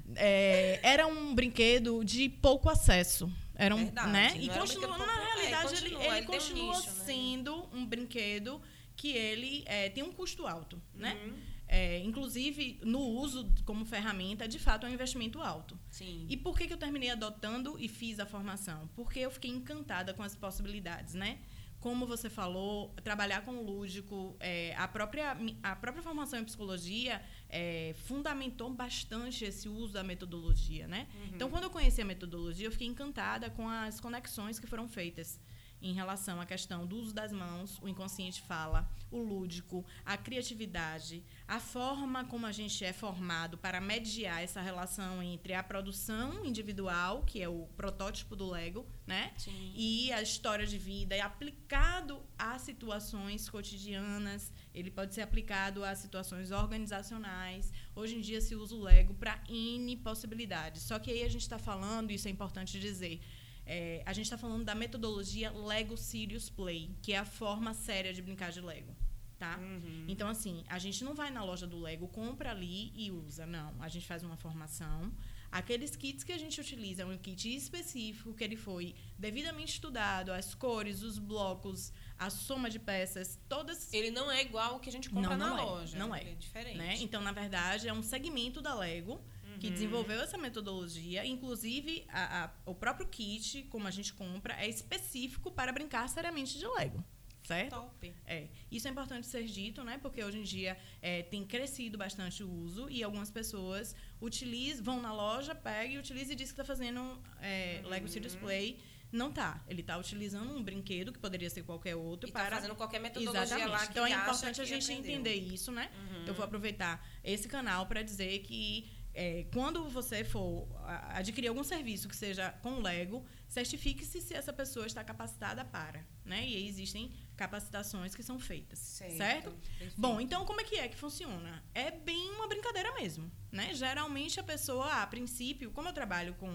é, era um brinquedo de pouco acesso. Era um, Verdade, né? não E era um continua, brinquedo na popular. realidade, É, ele, continua, ele ele tem um continua nicho, né? sendo um brinquedo que ele é, tem um custo alto, né? Uhum. É, inclusive, no uso como ferramenta, de fato, é um investimento alto. Sim. E por que, que eu terminei adotando e fiz a formação? Porque eu fiquei encantada com as possibilidades, né? Como você falou, trabalhar com o lúdico, é, a, própria, a própria formação em psicologia é, fundamentou bastante esse uso da metodologia, né? Uhum. Então, quando eu conheci a metodologia, eu fiquei encantada com as conexões que foram feitas em relação à questão do uso das mãos, o inconsciente fala, o lúdico, a criatividade, a forma como a gente é formado para mediar essa relação entre a produção individual, que é o protótipo do Lego, né? Sim. E a história de vida, e aplicado a situações cotidianas, ele pode ser aplicado a situações organizacionais. Hoje em dia se usa o Lego para N possibilidades. Só que aí a gente está falando, isso é importante dizer, É, a gente está falando da metodologia Lego Serious Play, que é a forma séria de brincar de Lego, tá? Uhum. Então, assim, a gente não vai na loja do Lego, compra ali e usa, não. A gente faz uma formação. Aqueles kits que a gente utiliza é um kit específico, que ele foi devidamente estudado, as cores, os blocos, a soma de peças, todas... Ele não é igual ao que a gente compra não, não na é, loja. Não é. Ele é diferente. Né? Então, na verdade, é um segmento da Lego que desenvolveu essa metodologia. Inclusive, a, a, o próprio kit, como a gente compra, é específico para brincar seriamente de Lego. Certo? Top. É. Isso é importante ser dito, né? Porque hoje em dia é, tem crescido bastante o uso e algumas pessoas utilizam, vão na loja, pegam e utilizam e dizem que está fazendo é, uhum. Lego Serious Play. Não tá. Ele está utilizando um brinquedo, que poderia ser qualquer outro, e para... tá fazendo qualquer metodologia. Exatamente. Lá que então, é acha importante a que gente aprendeu. entender isso, né? Uhum. Eu vou aproveitar esse canal para dizer que É, quando você for adquirir algum serviço que seja com Lego, certifique-se se essa pessoa está capacitada para, né? E aí existem capacitações que são feitas, certo? certo? Bom, então como é que é que funciona? É bem uma brincadeira mesmo, né? Geralmente a pessoa, a princípio, como eu trabalho com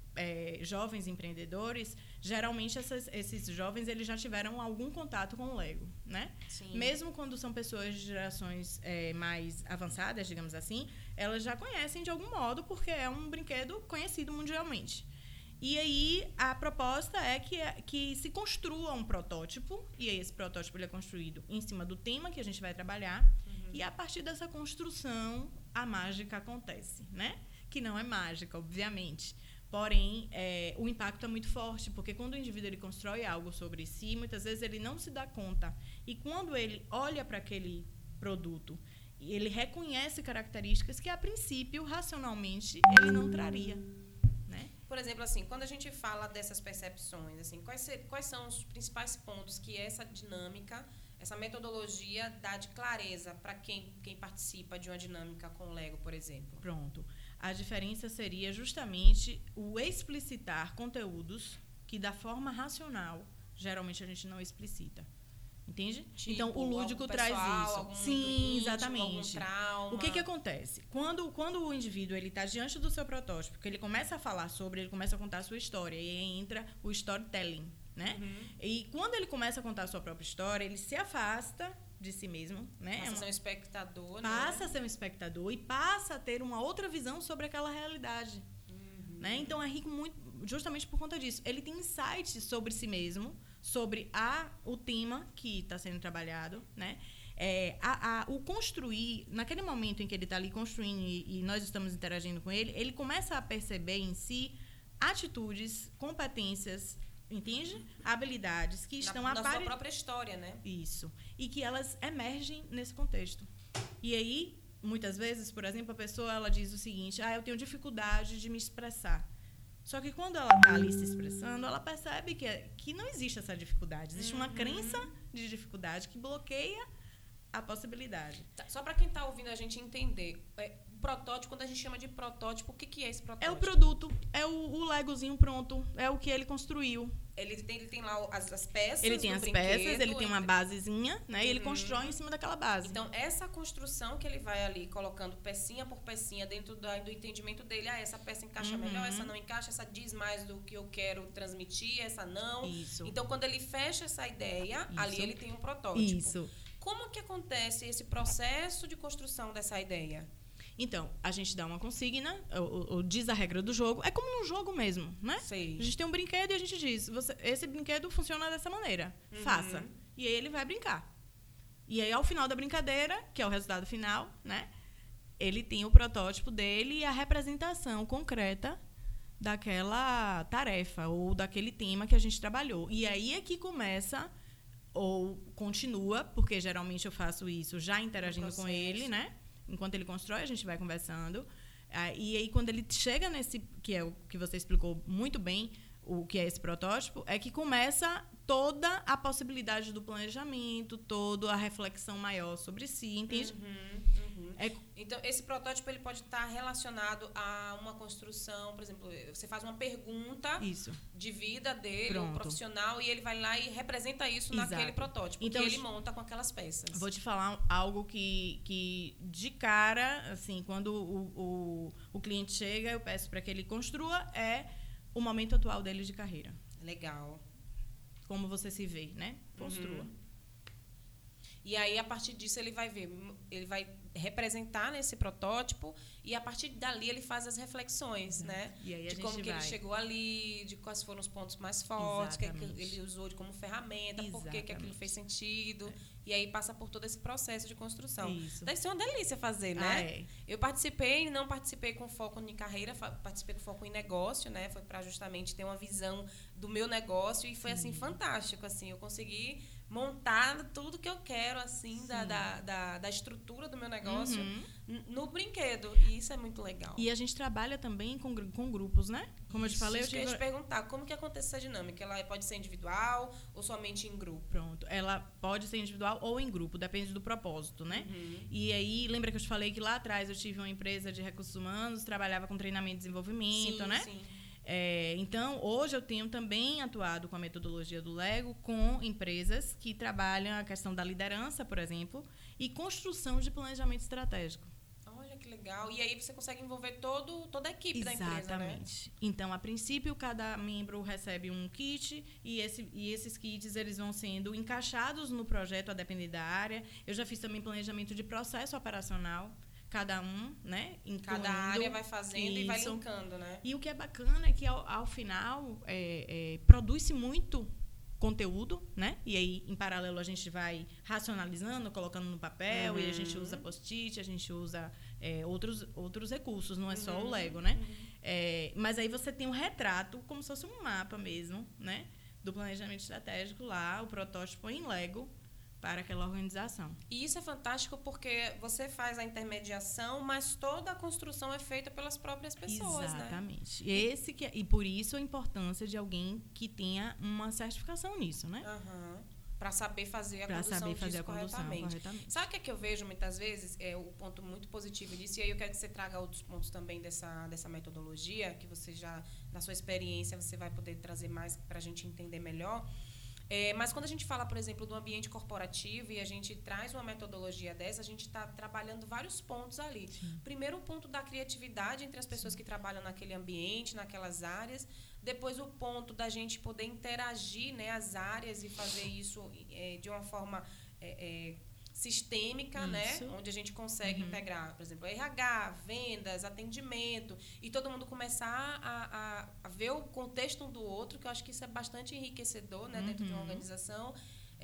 é, jovens empreendedores, geralmente essas, esses jovens eles já tiveram algum contato com o Lego, né? Sim. Mesmo quando são pessoas de gerações é, mais avançadas, digamos assim, elas já conhecem de algum modo porque é um brinquedo conhecido mundialmente. E aí a proposta é que, que se construa um protótipo, e aí esse protótipo ele é construído em cima do tema que a gente vai trabalhar, uhum. e a partir dessa construção a mágica acontece, né? Que não é mágica, obviamente. Porém, é, o impacto é muito forte, porque quando o indivíduo ele constrói algo sobre si, muitas vezes ele não se dá conta. E quando ele olha para aquele produto, ele reconhece características que, a princípio, racionalmente, ele não traria. Né? Por exemplo, assim, quando a gente fala dessas percepções, assim, quais, ser, quais são os principais pontos que essa dinâmica, essa metodologia dá de clareza para quem, quem participa de uma dinâmica com o Lego, por exemplo? Pronto. A diferença seria justamente o explicitar conteúdos que, da forma racional, geralmente a gente não explicita. Entende? Tipo, então, o lúdico pessoal, traz isso. Sim, íntimo, exatamente. Trauma. O que que acontece? Quando, quando o indivíduo ele está diante do seu protótipo, que ele começa a falar sobre, ele começa a contar a sua história, e aí entra o storytelling, né? Uhum. E quando ele começa a contar a sua própria história, ele se afasta de si mesmo, né? Passa é uma... a ser um espectador, Passa né? a ser um espectador e passa a ter uma outra visão sobre aquela realidade, uhum. né? Então, é rico muito, justamente por conta disso. Ele tem insights sobre si mesmo, sobre a, o tema que está sendo trabalhado, né? É, a, a, o construir, naquele momento em que ele está ali construindo e, e nós estamos interagindo com ele, ele começa a perceber em si atitudes, competências, entende? Habilidades que estão na, a na pare... sua própria história, né? Isso. E que elas emergem nesse contexto. E aí, muitas vezes, por exemplo, a pessoa ela diz o seguinte: ah, eu tenho dificuldade de me expressar. Só que quando ela está ali se expressando, ela percebe que, que não existe essa dificuldade. Existe uma uhum. crença de dificuldade que bloqueia a possibilidade. Tá, só para quem está ouvindo a gente entender, é, protótipo, quando a gente chama de protótipo, o que, que é esse protótipo? É o produto, é o, o Legozinho pronto, é o que ele construiu. Ele tem, ele tem lá as, as peças Ele tem as peças, ele tem uma basezinha, né? Uhum. E ele constrói em cima daquela base. Então, essa construção que ele vai ali colocando pecinha por pecinha dentro da, do entendimento dele, ah, essa peça encaixa uhum. melhor, essa não encaixa, essa diz mais do que eu quero transmitir, essa não. Isso. Então, quando ele fecha essa ideia, Isso. ali ele tem um protótipo. Isso. Como que acontece esse processo de construção dessa ideia? Então, a gente dá uma consigna, ou, ou diz a regra do jogo. É como num jogo mesmo, né? Sei. A gente tem um brinquedo e a gente diz, você, esse brinquedo funciona dessa maneira. Uhum. Faça. E aí ele vai brincar. E aí, ao final da brincadeira, que é o resultado final, né? Ele tem o protótipo dele e a representação concreta daquela tarefa ou daquele tema que a gente trabalhou. E aí é que começa ou continua, porque geralmente eu faço isso já interagindo com ele, né? Enquanto ele constrói, a gente vai conversando. Ah, e aí, quando ele chega nesse, que é o que você explicou muito bem, o que é esse protótipo, é que começa toda a possibilidade do planejamento, toda a reflexão maior sobre si, entende? Uhum, uhum. É, então, esse protótipo ele pode estar relacionado a uma construção, por exemplo, você faz uma pergunta isso. de vida dele, Pronto. um profissional, e ele vai lá e representa isso Exato. naquele protótipo, então, que ele monta com aquelas peças. Vou te falar algo que, que de cara, assim, quando o, o, o cliente chega, eu peço para que ele construa, é o momento atual dele de carreira. Legal. Como você se vê, né? Construa. Uhum. E aí, a partir disso, ele vai ver, ele vai representar nesse protótipo e, a partir dali, ele faz as reflexões, uhum. né? E aí a de gente como que vai... ele chegou ali, de quais foram os pontos mais fortes, que, que ele usou de como ferramenta, por que que aquilo fez sentido. É. E aí, passa por todo esse processo de construção. Isso. Deve ser uma delícia fazer, né? Ah, é. Eu participei, não participei com foco em carreira, participei com foco em negócio, né? Foi para justamente ter uma visão do meu negócio e foi, Sim. assim, fantástico, assim. Eu consegui montar tudo que eu quero, assim, da, da, da, da estrutura do meu negócio uhum. no brinquedo. E isso é muito legal. E a gente trabalha também com, com grupos, né? Como isso, eu te falei, eu eu tive... queria te perguntar, como que acontece essa dinâmica? Ela pode ser individual ou somente em grupo? Pronto. Ela pode ser individual ou em grupo, depende do propósito, né? Uhum. E aí, lembra que eu te falei que lá atrás eu tive uma empresa de recursos humanos, trabalhava com treinamento e desenvolvimento, sim, né? Sim. É, então, hoje eu tenho também atuado com a metodologia do Lego com empresas que trabalham a questão da liderança, por exemplo, e construção de planejamento estratégico. Olha que legal. E aí você consegue envolver todo, toda a equipe Exatamente. da empresa, né? Exatamente. Então, a princípio, cada membro recebe um kit e, esse, e esses kits eles vão sendo encaixados no projeto a depender da área. Eu já fiz também planejamento de processo operacional. Cada um, né? Incluindo, cada área vai fazendo isso. E vai linkando, né? E o que é bacana é que, ao, ao final, é, é, produz-se muito conteúdo, né? E aí, em paralelo, a gente vai racionalizando, colocando no papel, uhum. e a gente usa post-it, a gente usa é, outros, outros recursos, não é só uhum. o Lego, né? Uhum. É, mas aí você tem um retrato, como se fosse um mapa mesmo, né? Do planejamento estratégico lá, o protótipo em Lego, para aquela organização. E isso é fantástico porque você faz a intermediação, mas toda a construção é feita pelas próprias pessoas, Exatamente. né? Esse que é, e por isso a importância de alguém que tenha uma certificação nisso, né? Uhum. Para saber fazer a pra condução saber fazer disso a condução corretamente. corretamente. Sabe o que, é que eu vejo muitas vezes? É o ponto muito positivo disso, e aí eu quero que você traga outros pontos também dessa, dessa metodologia, que você já, na sua experiência, você vai poder trazer mais para a gente entender melhor. É, mas quando a gente fala, por exemplo, do ambiente corporativo e a gente traz uma metodologia dessa, a gente está trabalhando vários pontos ali. Sim. Primeiro, o ponto da criatividade entre as pessoas Sim. que trabalham naquele ambiente, naquelas áreas. Depois, o ponto da gente poder interagir, né, as áreas e fazer isso é, de uma forma é, é, sistêmica, né, onde a gente consegue uhum. integrar, por exemplo, R H, vendas, atendimento, e todo mundo começar a, a, a ver o contexto um do outro, que eu acho que isso é bastante enriquecedor, né, uhum. dentro de uma organização.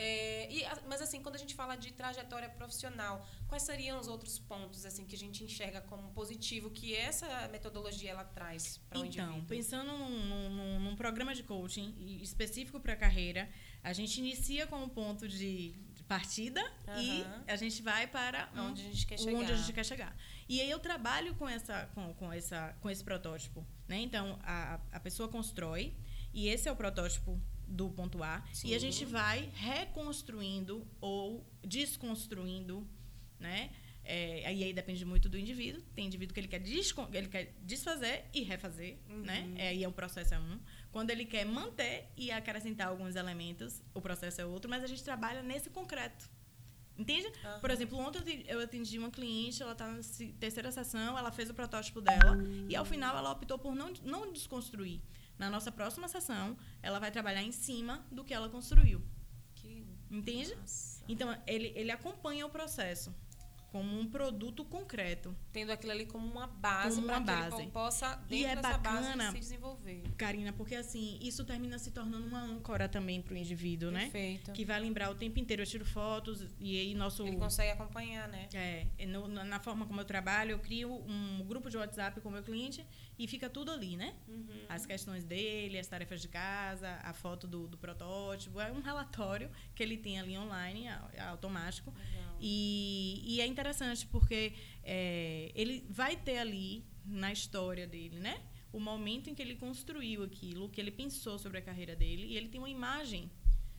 É, e, mas, assim, quando a gente fala de trajetória profissional, quais seriam os outros pontos assim, que a gente enxerga como positivo que essa metodologia ela traz para o então, indivíduo? Então, pensando num, num, num programa de coaching específico para a carreira, a gente inicia com um ponto de partida uhum. e a gente vai para um, onde, a gente quer chegar. onde a gente quer chegar. E aí eu trabalho com, essa, com, com, essa, com esse protótipo. Né? Então, a, a pessoa constrói e esse é o protótipo do ponto A. Sim. E a gente vai reconstruindo ou desconstruindo, né? É, e aí depende muito do indivíduo. Tem indivíduo que ele quer, descon- ele quer desfazer e refazer, uhum. né? É, e é um processo é um. Quando ele quer manter e acrescentar alguns elementos, o processo é outro, mas a gente trabalha nesse concreto. Entende? Uhum. Por exemplo, ontem eu atendi uma cliente, ela está na terceira sessão, ela fez o protótipo dela uhum. e, ao final, ela optou por não, não desconstruir. Na nossa próxima sessão, ela vai trabalhar em cima do que ela construiu. Que Entende? massa. Então, ele, ele acompanha o processo. como um produto concreto. Tendo aquilo ali como uma base para que ele possa, dentro e é dessa bacana, base, se desenvolver. Karina, porque assim, isso termina se tornando uma âncora também para o indivíduo, Perfeito. né? Que vai lembrar o tempo inteiro. Eu tiro fotos e aí nosso... Ele consegue acompanhar, né? É, no, na forma como eu trabalho, eu crio um grupo de WhatsApp com o meu cliente e fica tudo ali, né? Uhum. As questões dele, as tarefas de casa, a foto do, do protótipo. É um relatório que ele tem ali online, automático. Legal. E, e é interessante porque é, ele vai ter ali, na história dele, né? O momento em que ele construiu aquilo, o que ele pensou sobre a carreira dele, e ele tem uma imagem.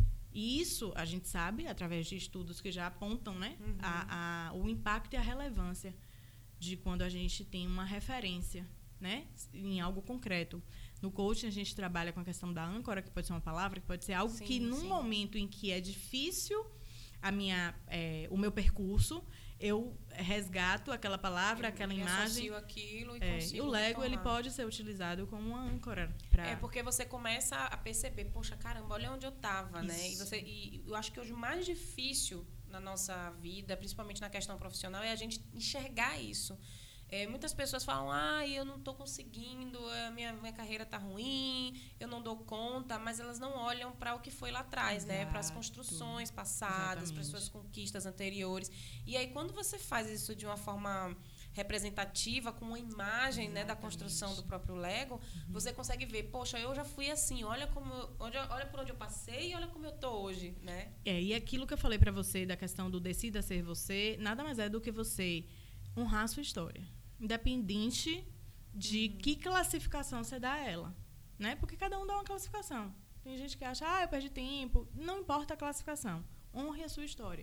E isso a gente sabe, através de estudos que já apontam, né? Uhum. a, a, o impacto e a relevância de quando a gente tem uma referência, né? Em algo concreto. No coaching, a gente trabalha com a questão da âncora, que pode ser uma palavra, que pode ser algo sim, que, num sim. momento em que é difícil a minha, é, o meu percurso, eu resgato aquela palavra, eu aquela imagem. Aquilo e, é, e o Lego ele pode ser utilizado como uma âncora. Pra... É porque você começa a perceber, poxa, caramba, olha onde eu estava, né? E, você, e eu acho que hoje o mais difícil na nossa vida, principalmente na questão profissional, é a gente enxergar isso. É, muitas pessoas falam, ah, eu não estou conseguindo, a minha, minha carreira está ruim, eu não dou conta, mas elas não olham para o que foi lá atrás, né? Para as construções passadas, para as suas conquistas anteriores. E aí, quando você faz isso de uma forma representativa, com uma imagem, né, da construção do próprio Lego, uhum. você consegue ver, poxa, eu já fui assim, olha, como eu, onde, olha por onde eu passei e olha como eu estou hoje, né? É, e aquilo que eu falei para você da questão do decida ser você, nada mais é do que você honrar a sua história. Independente de uhum. que classificação você dá a ela, né? Porque cada um dá uma classificação. Tem gente que acha, ah, eu perdi tempo. Não importa a classificação. Honre a sua história.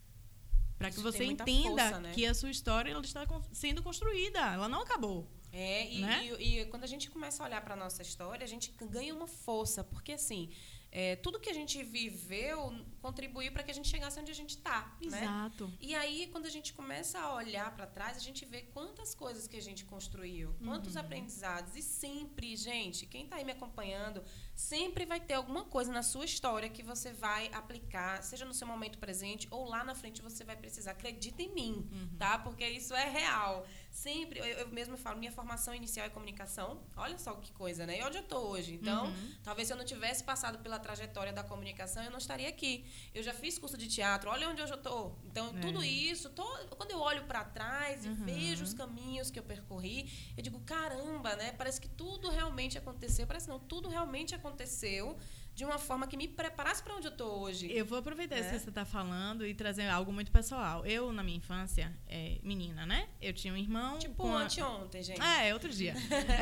Para que você entenda força, né? que a sua história ela está sendo construída. Ela não acabou. É, e, né? e, e quando a gente começa a olhar para a nossa história, a gente ganha uma força. Porque, assim, é, tudo que a gente viveu contribuiu para que a gente chegasse onde a gente está. Exato. Né? E aí, quando a gente começa a olhar para trás, a gente vê quantas coisas que a gente construiu, quantos uhum. aprendizados. E sempre, gente, quem está aí me acompanhando, sempre vai ter alguma coisa na sua história que você vai aplicar, seja no seu momento presente ou lá na frente você vai precisar. Acredita em mim, uhum. tá? Porque isso é real. Sempre, eu, eu mesmo falo, minha formação inicial é comunicação. Olha só que coisa, né? E onde eu estou hoje? Então, uhum. talvez se eu não tivesse passado pela trajetória da comunicação, eu não estaria aqui. Eu já fiz curso de teatro, olha onde eu estou. Então, é. tudo isso, tô, quando eu olho para trás e uhum. vejo os caminhos que eu percorri, eu digo, caramba, né? Parece que tudo realmente aconteceu. Parece não, tudo realmente aconteceu de uma forma que me preparasse para onde eu estou hoje. Eu vou aproveitar isso né? que você está falando e trazer algo muito pessoal. Eu, na minha infância, é, menina, né? Eu tinha um irmão... Tipo com anteontem, a... gente. Ah, é, outro dia.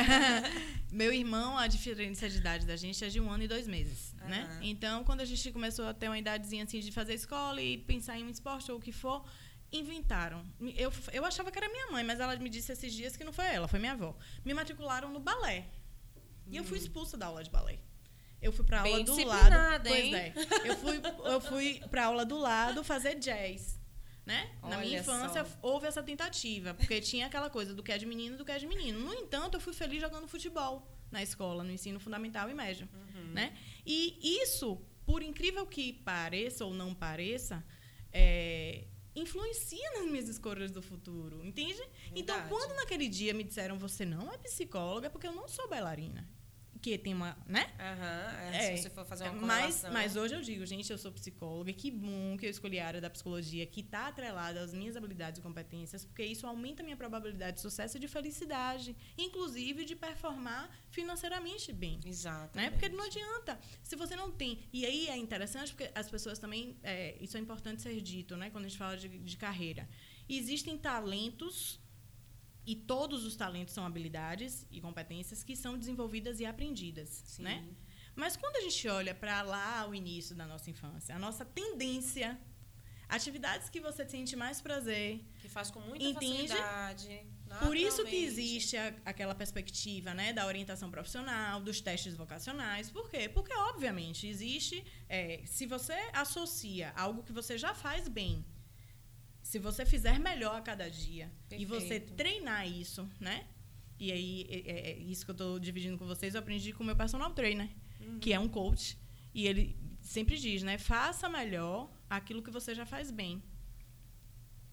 Meu irmão, a diferença de idade da gente é de um ano e dois meses, uhum. né? Então, quando a gente começou a ter uma idadezinha assim de fazer escola e pensar em um esporte ou o que for, inventaram. Eu, eu achava que era minha mãe, mas ela me disse esses dias que não foi ela, foi minha avó. Me matricularam no balé. Hum. E eu fui expulsa da aula de balé. Eu fui pra aula Bem do lado. Hein? Pois é. Eu fui, eu fui pra aula do lado fazer jazz. Né? Na minha infância só. houve essa tentativa, porque tinha aquela coisa do que é de menino e do que é de menino. No entanto, eu fui feliz jogando futebol na escola, no ensino fundamental e médio. Uhum. Né? E isso, por incrível que pareça ou não pareça, é, influencia nas minhas escolhas do futuro, entende? Verdade. Então, quando naquele dia me disseram você não é psicóloga, é porque eu não sou bailarina. Que tem uma, né? Uhum, é, é, se você for fazer uma mas, mas hoje eu digo, gente, eu sou psicóloga, que bom que eu escolhi a área da psicologia que está atrelada às minhas habilidades e competências, porque isso aumenta a minha probabilidade de sucesso e de felicidade, inclusive de performar financeiramente bem. Exato. Né? Porque não adianta, se você não tem... E aí é interessante, porque as pessoas também... É, isso é importante ser dito, né? Quando a gente fala de, de carreira. Existem talentos... E todos os talentos são habilidades e competências que são desenvolvidas e aprendidas, Sim. né? Mas quando a gente olha para lá o início da nossa infância, a nossa tendência, atividades que você sente mais prazer, que faz com muita entende? facilidade, por isso que existe a, aquela perspectiva, né, da orientação profissional, dos testes vocacionais. Por quê? Porque obviamente existe, é, se você associa algo que você já faz bem, se você fizer melhor a cada dia Perfeito. E você treinar isso, né? E aí, é, é isso que eu estou dividindo com vocês, eu aprendi com o meu personal trainer, uhum. que é um coach. E ele sempre diz, né? Faça melhor aquilo que você já faz bem.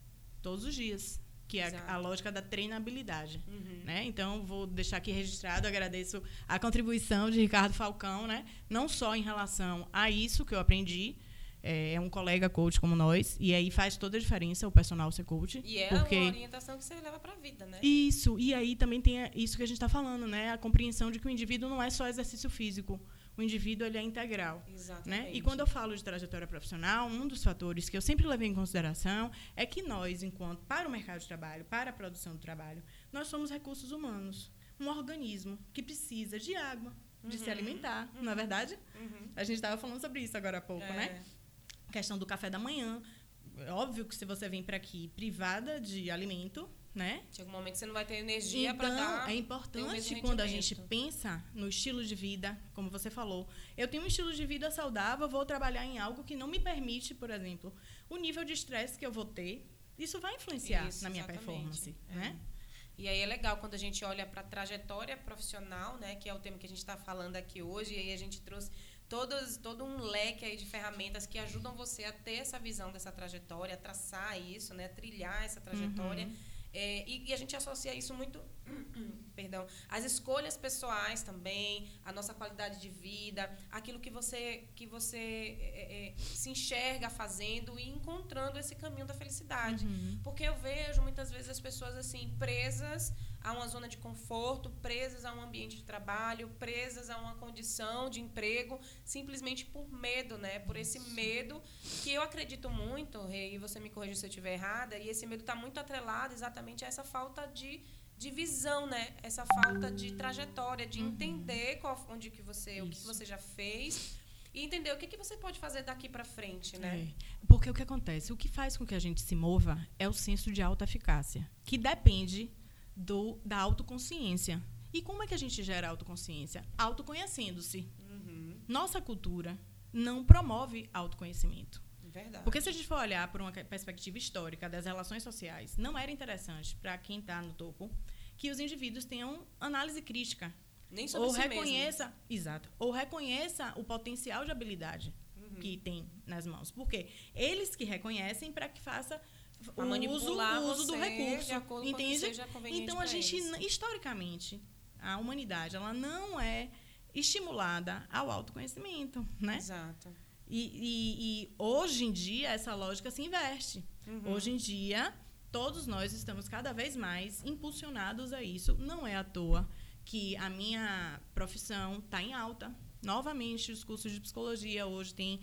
todos os dias, que é a, a lógica da treinabilidade. Uhum. Né? Então, vou deixar aqui registrado, agradeço a contribuição de Ricardo Falcão, né? Não só em relação a isso que eu aprendi, é um colega coach como nós, e aí faz toda a diferença o personal ser coach. E é porque... uma orientação que você leva para a vida, né? Isso, e aí também tem isso que a gente está falando, né? A compreensão de que o indivíduo não é só exercício físico, o indivíduo ele é integral. Exatamente. Né? E quando eu falo de trajetória profissional, um dos fatores que eu sempre levei em consideração é que nós, enquanto para o mercado de trabalho, para a produção do trabalho, nós somos recursos humanos, um organismo que precisa de água, de uhum. se alimentar, uhum. não é verdade? Uhum. A gente estava falando sobre isso agora há pouco, é. né? Questão do café da manhã. É óbvio que se você vem para aqui privada de alimento, né? Chega um momento que você não vai ter energia então, para dar. É importante quando a gente pensa no estilo de vida, como você falou. Eu tenho um estilo de vida saudável, vou trabalhar em algo que não me permite, por exemplo, o nível de estresse que eu vou ter. Isso vai influenciar isso, na minha exatamente. performance, é. né? E aí é legal quando a gente olha para a trajetória profissional, né? Que é o tema que a gente está falando aqui hoje. E aí a gente trouxe Todos, todo um leque aí de ferramentas que ajudam você a ter essa visão dessa trajetória, a traçar isso, né, trilhar essa trajetória. Uhum. É, e, e a gente associa isso muito, perdão, às escolhas pessoais também, a nossa qualidade de vida, aquilo que você, que você é, é, se enxerga fazendo e encontrando esse caminho da felicidade. Uhum. Porque eu vejo muitas vezes as pessoas assim presas a uma zona de conforto, presas a um ambiente de trabalho, presas a uma condição de emprego, simplesmente por medo, né? Por esse medo que eu acredito muito, e você me corrija se eu estiver errada, e esse medo está muito atrelado exatamente a essa falta de, de visão, né? Essa falta de trajetória, de uhum. entender qual, onde que você, o que você já fez e entender o que, que você pode fazer daqui para frente, né? É, porque o que acontece, o que faz com que a gente se mova é o senso de autoeficácia, que depende Do, da autoconsciência. E como é que a gente gera autoconsciência? Autoconhecendo-se. Uhum. Nossa cultura não promove autoconhecimento. Verdade. Porque se a gente for olhar por uma perspectiva histórica das relações sociais, não era interessante para quem está no topo que os indivíduos tenham análise crítica. Nem sobre ou si reconheça, mesmo. Exato. Ou reconheça o potencial de habilidade uhum. que tem nas mãos. Porque eles que reconhecem para que faça o uso, o uso do recurso, entende? Então a gente eles. historicamente a humanidade ela não é estimulada ao autoconhecimento, né? Exato. E, e, e hoje em dia essa lógica se inverte. Uhum. Hoje em dia todos nós estamos cada vez mais impulsionados a isso. Não é à toa que a minha profissão está em alta. Novamente, os cursos de psicologia hoje tem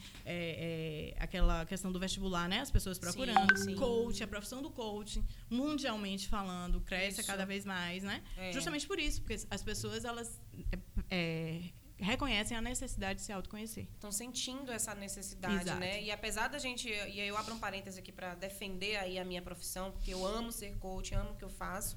é, é, aquela questão do vestibular, né? As pessoas procurando. Sim, sim. Coach, a profissão do coaching, mundialmente falando, cresce isso. cada vez mais, né? É. Justamente por isso, porque as pessoas, elas é, é, reconhecem a necessidade de se autoconhecer. Estão sentindo essa necessidade, Exato. né? E apesar da gente... E aí eu abro um parêntese aqui para defender aí a minha profissão, porque eu amo ser coach, amo o que eu faço.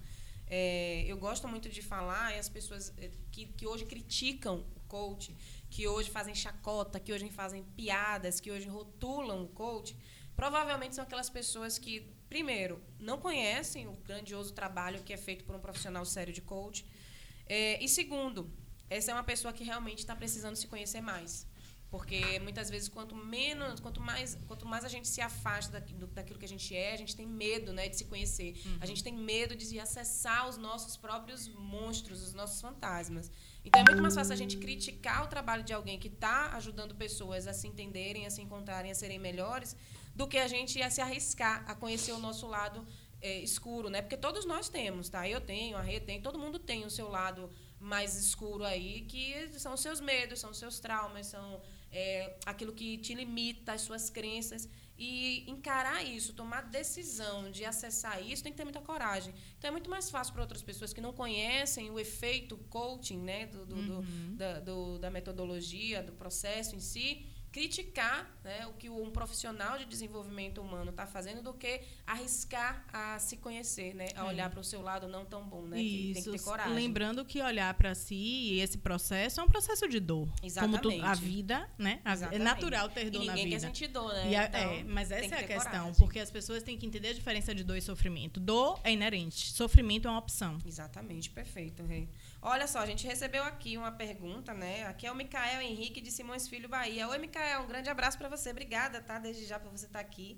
É, eu gosto muito de falar, e as pessoas que, que hoje criticam o coach, que hoje fazem chacota, que hoje fazem piadas, que hoje rotulam o coach, provavelmente são aquelas pessoas que, primeiro, não conhecem o grandioso trabalho que é feito por um profissional sério de coach. É, e, segundo, essa é uma pessoa que realmente está precisando se conhecer mais. Porque, muitas vezes, quanto menos, quanto mais, quanto mais a gente se afasta daquilo, daquilo que a gente é, a gente tem medo, né, de se conhecer. Uhum. A gente tem medo de acessar os nossos próprios monstros, os nossos fantasmas. Então, é muito mais fácil a gente criticar o trabalho de alguém que está ajudando pessoas a se entenderem, a se encontrarem, a serem melhores, do que a gente a se arriscar a conhecer o nosso lado é, escuro, né? Porque todos nós temos, tá? Eu tenho, a Rê tem, todo mundo tem o seu lado mais escuro aí, que são os seus medos, são os seus traumas, são é, aquilo que te limita, as suas crenças. E encarar isso, tomar decisão de acessar isso, tem que ter muita coragem. Então, é muito mais fácil para outras pessoas que não conhecem o efeito coaching, né, do, do, uhum. do, da, do, da metodologia, do processo em si, criticar, né, o que um profissional de desenvolvimento humano está fazendo, do que arriscar a se conhecer, né, a é. olhar para o seu lado não tão bom, né, que tem que ter coragem. Lembrando que olhar para si e esse processo é um processo de dor. Exatamente. Como tu, a vida, né, a, é natural ter dor na vida. E ninguém quer sentir dor, né? E a, então, é, mas essa é a questão, coragem. Porque as pessoas têm que entender a diferença de dor e sofrimento. Dor é inerente, sofrimento é uma opção. Exatamente, perfeito, Rê. Olha só, a gente recebeu aqui uma pergunta, né? Aqui é o Micael Henrique de Simões Filho, Bahia. Oi, Micael, um grande abraço para você. Obrigada, tá? Desde já por você estar aqui.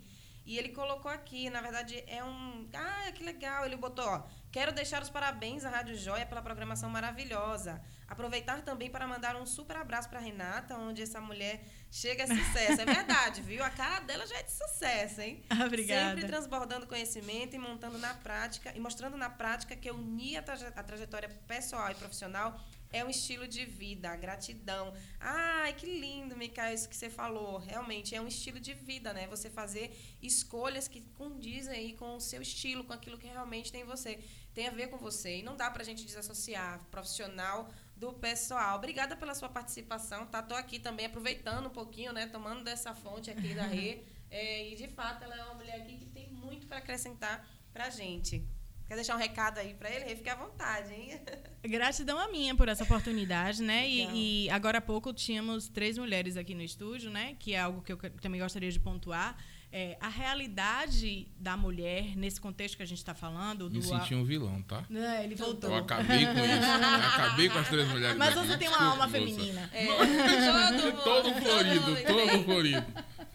E ele colocou aqui, na verdade, é um... Ah, que legal. Ele botou, ó... Quero deixar os parabéns à Rádio Joia pela programação maravilhosa. Aproveitar também para mandar um super abraço para Renata, onde essa mulher chega a sucesso. É verdade, viu? A cara dela já é de sucesso, hein? Obrigada. Sempre transbordando conhecimento e montando na prática, e mostrando na prática que unir a, traje- a trajetória pessoal e profissional é um estilo de vida, gratidão. Ai, que lindo, Micael, isso que você falou. Realmente, é um estilo de vida, né? Você fazer escolhas que condizem aí com o seu estilo, com aquilo que realmente tem em você. Tem a ver com você. E não dá pra gente desassociar profissional do pessoal. Obrigada pela sua participação. Tá, tô aqui também aproveitando um pouquinho, né? Tomando dessa fonte aqui da Rê. É, e, de fato, ela é uma mulher aqui que tem muito para acrescentar pra gente. Quer deixar um recado aí para ele? Rê, fique à vontade, hein? Gratidão a minha por essa oportunidade, né? E, e agora há pouco tínhamos três mulheres aqui no estúdio, né? Que é algo que eu também gostaria de pontuar. É, a realidade da mulher, nesse contexto que a gente está falando... Me do senti um vilão, tá? É, ele voltou. Eu acabei com isso. Eu acabei com as três mulheres. Mas daqui. você tem uma Desculpa, alma moça. feminina. É, Todo, todo florido, todo florido.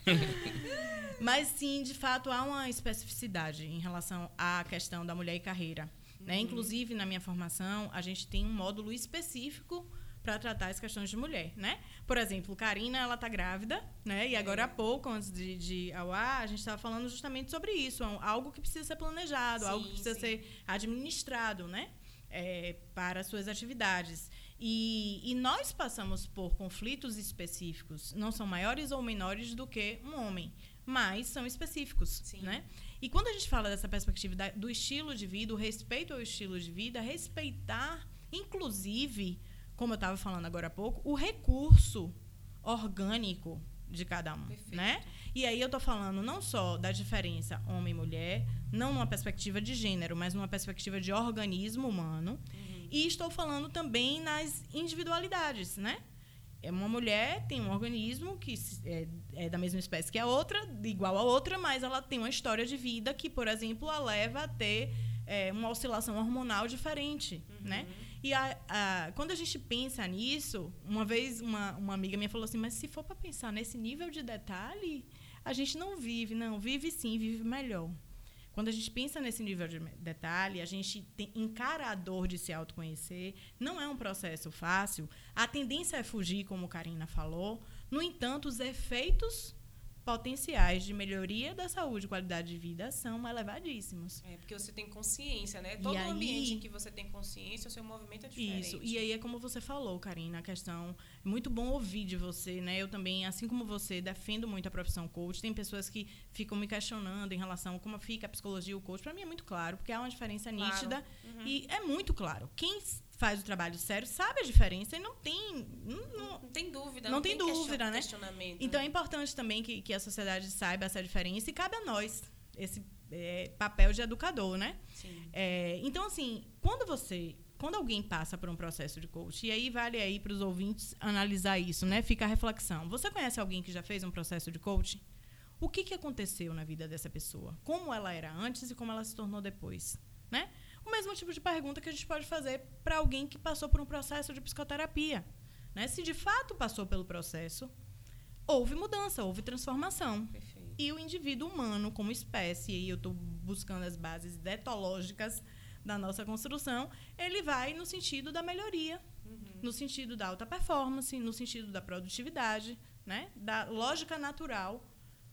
Mas sim, de fato, há uma especificidade em relação à questão da mulher e carreira. Né? Uhum. Inclusive, na minha formação, a gente tem um módulo específico para tratar as questões de mulher, né? Por exemplo, Karina, ela está grávida, né? E agora há pouco, antes de, de ao ar, a gente estava falando justamente sobre isso, algo que precisa ser planejado, sim, algo que precisa sim. ser administrado, né? É, para as suas atividades. E, e nós passamos por conflitos específicos, não são maiores ou menores do que um homem, mas são específicos, sim. né? E quando a gente fala dessa perspectiva da, do estilo de vida, o respeito ao estilo de vida, respeitar, inclusive, como eu estava falando agora há pouco, o recurso orgânico de cada um, perfeito. Né? E aí eu estou falando não só da diferença homem e mulher, não numa perspectiva de gênero, mas numa perspectiva de organismo humano. Uhum. E estou falando também nas individualidades, né? É uma mulher tem um organismo que é, é da mesma espécie que a outra, igual a outra, mas ela tem uma história de vida que, por exemplo, a leva a ter é, uma oscilação hormonal diferente, uhum. né? E a, a, quando a gente pensa nisso, uma vez uma, uma amiga minha falou assim, mas se for para pensar nesse nível de detalhe, a gente não vive. Não, vive sim, vive melhor. Quando a gente pensa nesse nível de detalhe, a gente tem, encara a dor de se autoconhecer. Não é um processo fácil. A tendência é fugir, como a Karina falou. No entanto, os efeitos potenciais de melhoria da saúde e qualidade de vida são elevadíssimos. É, porque você tem consciência, né? Todo aí, ambiente em que você tem consciência, o seu movimento é diferente. Isso. E aí é como você falou, Karina, a questão... É muito bom ouvir de você, né? Eu também, assim como você, defendo muito a profissão coach. Tem pessoas que ficam me questionando em relação a como fica a psicologia e o coach. Para mim é muito claro, porque há uma diferença claro. nítida. Uhum. E é muito claro. Quem faz o trabalho sério sabe a diferença e não tem... Não, não, não tem dúvida. Não, não tem, tem dúvida, né? Questionamento. Então é importante também que, que a sociedade saiba essa diferença e cabe a nós esse é, papel de educador, né? Sim. É, então, assim, quando você... Quando alguém passa por um processo de coach, e aí vale aí para os ouvintes analisar isso, né? Fica a reflexão. Você conhece alguém que já fez um processo de coaching? O que, que aconteceu na vida dessa pessoa? Como ela era antes e como ela se tornou depois, né? O mesmo tipo de pergunta que a gente pode fazer para alguém que passou por um processo de psicoterapia, né? Se de fato passou pelo processo, houve mudança, houve transformação. Perfeito. E o indivíduo humano como espécie, e eu estou buscando as bases etológicas da nossa construção, ele vai no sentido da melhoria, uhum. no sentido da alta performance, no sentido da produtividade, né? Da lógica natural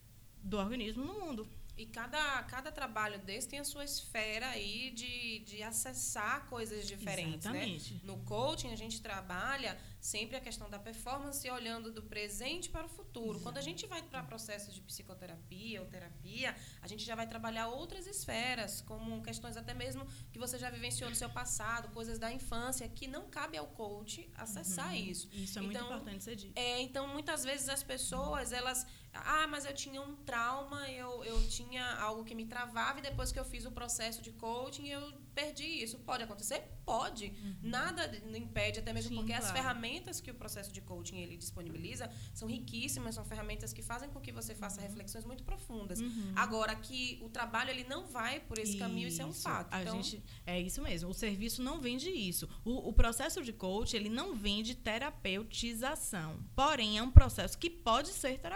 do organismo no mundo. E cada, cada trabalho desse tem a sua esfera aí de, de acessar coisas diferentes, exatamente. Né? No coaching, a gente trabalha sempre a questão da performance olhando do presente para o futuro. Exato. Quando a gente vai para processos de psicoterapia ou terapia, a gente já vai trabalhar outras esferas, como questões até mesmo que você já vivenciou no seu passado, coisas da infância, que não cabe ao coach acessar uhum. isso. Isso é então, muito importante ser dito. É, então, muitas vezes as pessoas, elas... Ah, mas eu tinha um trauma, eu, eu tinha algo que me travava e depois que eu fiz o processo de coaching, eu perdi isso. Pode acontecer? Pode. Uhum. Nada impede, até mesmo Sim, porque claro. As ferramentas que o processo de coaching ele disponibiliza são riquíssimas, são ferramentas que fazem com que você faça uhum. reflexões muito profundas. Uhum. Agora, que o trabalho ele não vai por esse isso. caminho, isso é um fato. A então, gente, é isso mesmo. O serviço não vende isso. O, o processo de coaching ele não vende terapeutização. Porém, é um processo que pode ser terapêutico.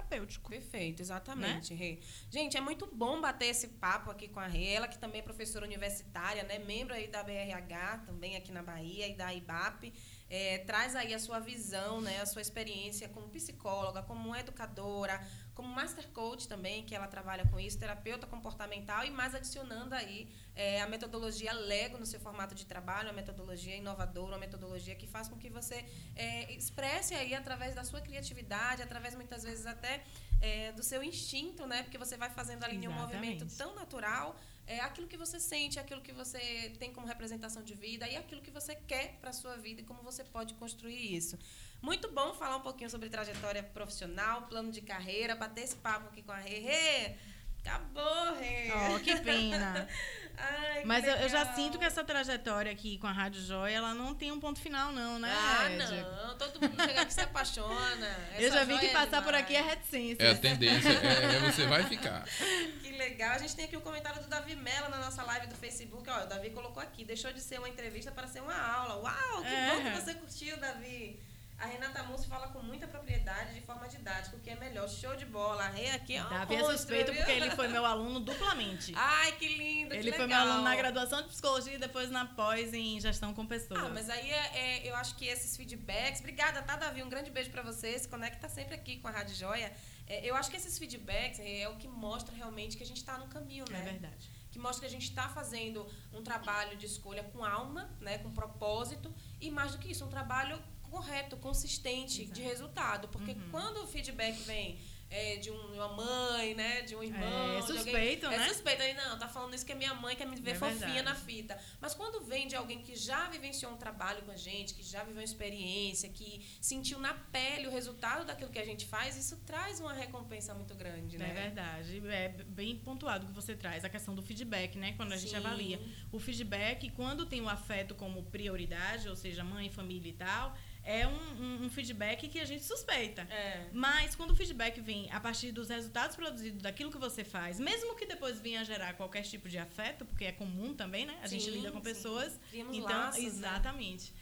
diagnóstico. Perfeito, exatamente, né? Rê. Gente, é muito bom bater esse papo aqui com a Rê, ela que também é professora universitária, né? Membro aí da B R H, também aqui na Bahia, e da I B A P. É, traz aí a sua visão, né? A sua experiência como psicóloga, como educadora, como master coach também, que ela trabalha com isso, terapeuta comportamental, e mais adicionando aí é, a metodologia Lego no seu formato de trabalho, uma metodologia inovadora, uma metodologia que faz com que você é, expresse aí através da sua criatividade, através muitas vezes até é, do seu instinto, né? Porque você vai fazendo ali em um movimento tão natural, é aquilo que você sente, aquilo que você tem como representação de vida e aquilo que você quer para a sua vida e como você pode construir isso. Muito bom falar um pouquinho sobre trajetória profissional, plano de carreira, bater esse papo aqui com a Rê. Rê, acabou, Rê. Oh, que pena. Ai, que Mas eu, eu já legal. sinto que essa trajetória aqui com a Rádio Joia, ela não tem um ponto final, não, né, Ah, Ed? não. Todo mundo chega aqui se apaixona. Eu Essa já vi joia que é passar demais. por aqui é reticência. É a tendência, é, é você vai ficar. Que legal. A gente tem aqui o comentário do Davi Mello na nossa live do Facebook. Ó, o Davi colocou aqui, deixou de ser uma entrevista para ser uma aula. Uau, que É. bom que você curtiu, Davi. A Renata Mussi fala com muita propriedade, de forma didática, o que é melhor. Show de bola. A Rê aqui é um Davi é monstro, suspeito viu? porque ele foi meu aluno duplamente. Ai, que lindo, Ele que foi meu legal. aluno na graduação de psicologia e depois na pós em gestão com pessoas. Ah, mas aí é, é, eu acho que esses feedbacks... Obrigada, tá, Davi? Um grande beijo pra você. Se conecta sempre aqui com a Rádio Joia. É, eu acho que esses feedbacks é o que mostra realmente que a gente tá no caminho, né? É verdade. Que mostra que a gente está fazendo um trabalho de escolha com alma, né, com propósito, e mais do que isso, um trabalho correto, consistente, Exato. de resultado. Porque Uhum. quando o feedback vem é, de um- uma mãe, né, de um irmão... É de alguém- suspeito, né? É suspeito. Aí, não, tá falando isso que é minha mãe quer me ver É fofinha verdade. na fita. Mas quando vem de alguém que já vivenciou um trabalho com a gente, que já viveu uma experiência, que sentiu na pele o resultado daquilo que a gente faz, isso traz uma recompensa muito grande, né? É verdade. É bem pontuado o que você traz, a questão do feedback, né? Quando a gente Sim. avalia. O feedback, quando tem o afeto como prioridade, ou seja, mãe, família e tal, é um, um, um feedback que a gente suspeita. É. Mas quando o feedback vem a partir dos resultados produzidos daquilo que você faz, mesmo que depois venha a gerar qualquer tipo de afeto, porque é comum também, né? A gente Sim, lida com sim. pessoas. Criamos Então, laços, né? exatamente.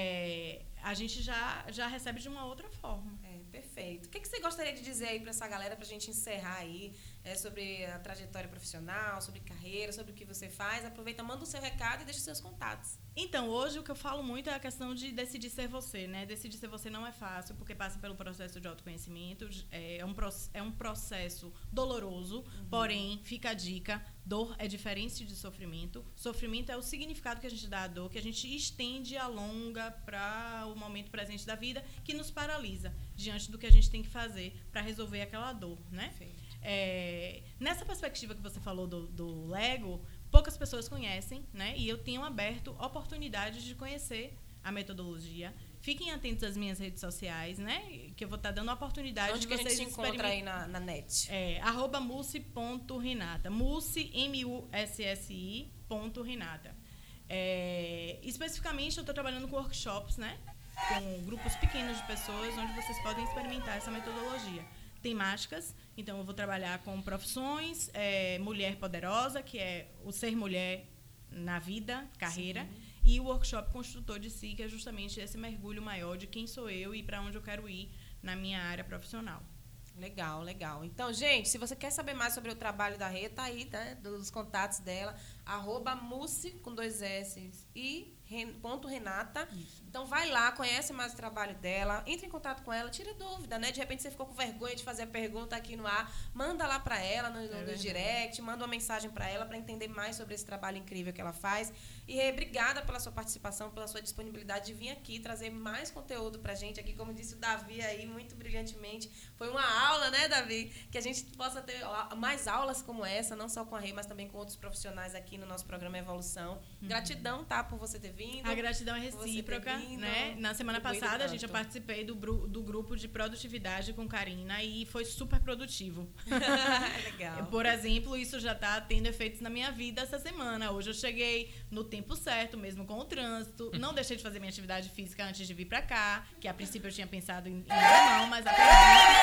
É, a gente já, já recebe de uma outra forma. É, perfeito. O que, que você gostaria de dizer aí para essa galera, para a gente encerrar aí, é, sobre a trajetória profissional, sobre carreira, sobre o que você faz? Aproveita, manda o seu recado e deixa os seus contatos. Então, hoje o que eu falo muito é a questão de decidir ser você, né? Decidir ser você não é fácil, porque passa pelo processo de autoconhecimento, é um, é um processo doloroso, uhum. Porém, fica a dica, dor é diferente de sofrimento. Sofrimento é o significado que a gente dá à dor, que a gente estende e alonga para o momento presente da vida, que nos paralisa diante do que a gente tem que fazer para resolver aquela dor, né? É, nessa perspectiva que você falou do, do Lego, poucas pessoas conhecem, né? E eu tenho aberto oportunidades de conhecer a metodologia. Fiquem atentos às minhas redes sociais, né? Que eu vou estar dando a oportunidade Onde de que vocês a gente se encontra aí na, na net? É, arroba mussi ponto renata. Mussi, M U S S I, ponto Renata. É, especificamente, eu estou trabalhando com workshops, né? Com grupos pequenos de pessoas, onde vocês podem experimentar essa metodologia. Temáticas, então eu vou trabalhar com profissões, é, mulher poderosa, que é o ser mulher na vida, carreira, sim. E o workshop construtor de si, que é justamente esse mergulho maior de quem sou eu e para onde eu quero ir na minha área profissional. Legal, legal. Então, gente, se você quer saber mais sobre o trabalho da Rê, tá aí, né, dos contatos dela, arroba mussi, com dois S, e ponto Renata. Isso. Então, vai lá, conhece mais o trabalho dela, entre em contato com ela, tira dúvida, né? De repente, você ficou com vergonha de fazer a pergunta aqui no ar, manda lá para ela, no, no, no direct, manda uma mensagem para ela para entender mais sobre esse trabalho incrível que ela faz. E, Rê, obrigada pela sua participação, pela sua disponibilidade de vir aqui, trazer mais conteúdo pra gente aqui, como disse o Davi aí, muito brilhantemente. Foi uma aula, né, Davi? Que a gente possa ter mais aulas como essa, não só com a Rê, mas também com outros profissionais aqui no nosso programa Evolução. Uhum. Gratidão, tá, por você ter vindo. A gratidão é recíproca, né? Na semana passada, a gente, eu participei do, do grupo de produtividade com Karina e foi super produtivo. Legal. Por exemplo, isso já está tendo efeitos na minha vida essa semana. Hoje eu cheguei no tempo certo, mesmo com o trânsito. Não deixei de fazer minha atividade física antes de vir para cá, que a princípio eu tinha pensado em ainda não, mas aprendi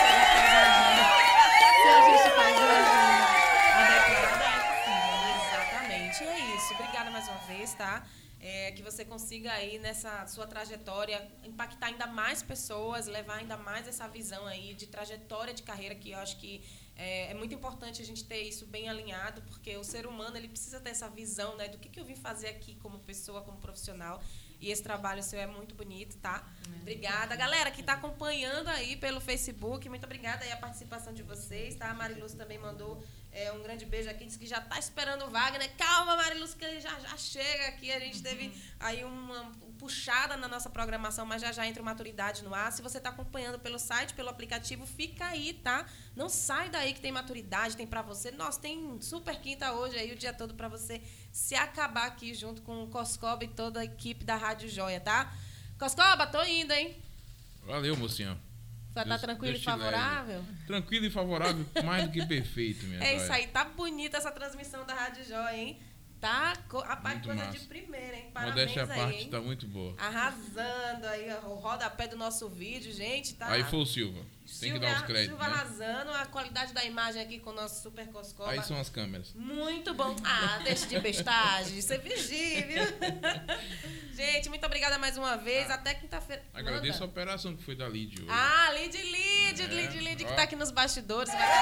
que se a gente faz uma agenda adequada, é possível. Exatamente, é isso. Obrigada mais uma vez, tá? É, que você consiga aí nessa sua trajetória impactar ainda mais pessoas, levar ainda mais essa visão aí de trajetória de carreira, que eu acho que é, é muito importante a gente ter isso bem alinhado, porque o ser humano ele precisa ter essa visão, né, do que, que eu vim fazer aqui como pessoa, como profissional. E esse trabalho seu é muito bonito, tá? É. Obrigada. Galera que está acompanhando aí pelo Facebook, muito obrigada aí a participação de vocês, tá? A Mariluz também mandou é, um grande beijo aqui, disse que já está esperando o Wagner. Calma, Mariluz, que ele já, já chega aqui. A gente teve uhum. aí uma puxada na nossa programação, mas já já entra o Maturidade no ar. Se você está acompanhando pelo site, pelo aplicativo, fica aí, tá? Não sai daí que tem Maturidade, tem pra você. Nossa, tem super quinta hoje aí, o dia todo pra você se acabar aqui junto com o Coscoba e toda a equipe da Rádio Joia, tá? Coscoba, tô indo, hein? Valeu, mocinha. Você tá tranquilo Deus e favorável? Leve. Tranquilo e favorável, mais do que perfeito, minha É joia. Isso aí, tá bonita essa transmissão da Rádio Joia, hein? Tá, rapaz, coisa de primeira, hein? Parabéns. Modéstia à parte, hein? tá muito boa. Arrasando aí, o rodapé do nosso vídeo, gente, tá? Aí foi o Silva. Tem Silva, que dar os créditos, Silva né? arrasando, a qualidade da imagem aqui com o nosso Super Coscoba. Aí são as câmeras. Muito bom. Ah, deixa de bestagem, você vigia, viu? Gente, muito obrigada mais uma vez. Ah, até quinta-feira. Agradeço Manda. a operação que foi da Lid hoje. Ah, Lid, Lid, é, Lid, Lid, que tá aqui nos bastidores. Vai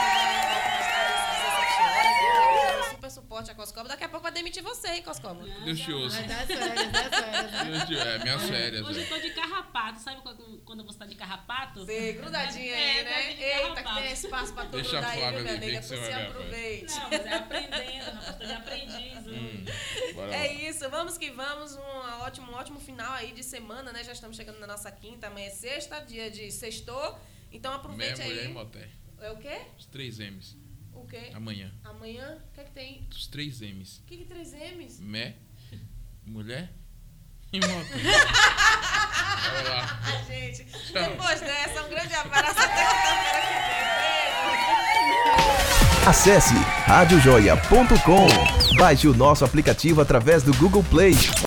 estar super suporte a Coscoba. Daqui a pouco vai demitir você, hein, Coscoba? Deus te ouça. Vai dar férias, dá férias. É, minhas férias. Hoje é. eu tô de carrapato. Sabe quando, quando você tá de carrapato? Sim, grudadinha é, aí, né? Eita, que tem espaço pra tu Deixa grudar aí, viu, minha ver nega? que Você você vai ver, aproveite. Não, mas é aprendendo, rapaz. Tô de aprendiz. Hum, bora É lá. isso, vamos que vamos. Um ótimo, um ótimo final aí de semana, né? Já estamos chegando na nossa quinta, amanhã é sexta, dia de sextou. Então aproveite Meia, mulher aí. e moté. É o quê? Os três M's. O quê? Amanhã. Amanhã? O que é que tem? Os três M's. O que que três M's? Mé, mulher e moté. Bora lá. Ah, gente, Tchau. depois dessa, um grande abraço até quinta-feira que vem. Beijo. Acesse rádio joia ponto com. Baixe o nosso aplicativo através do Google Play.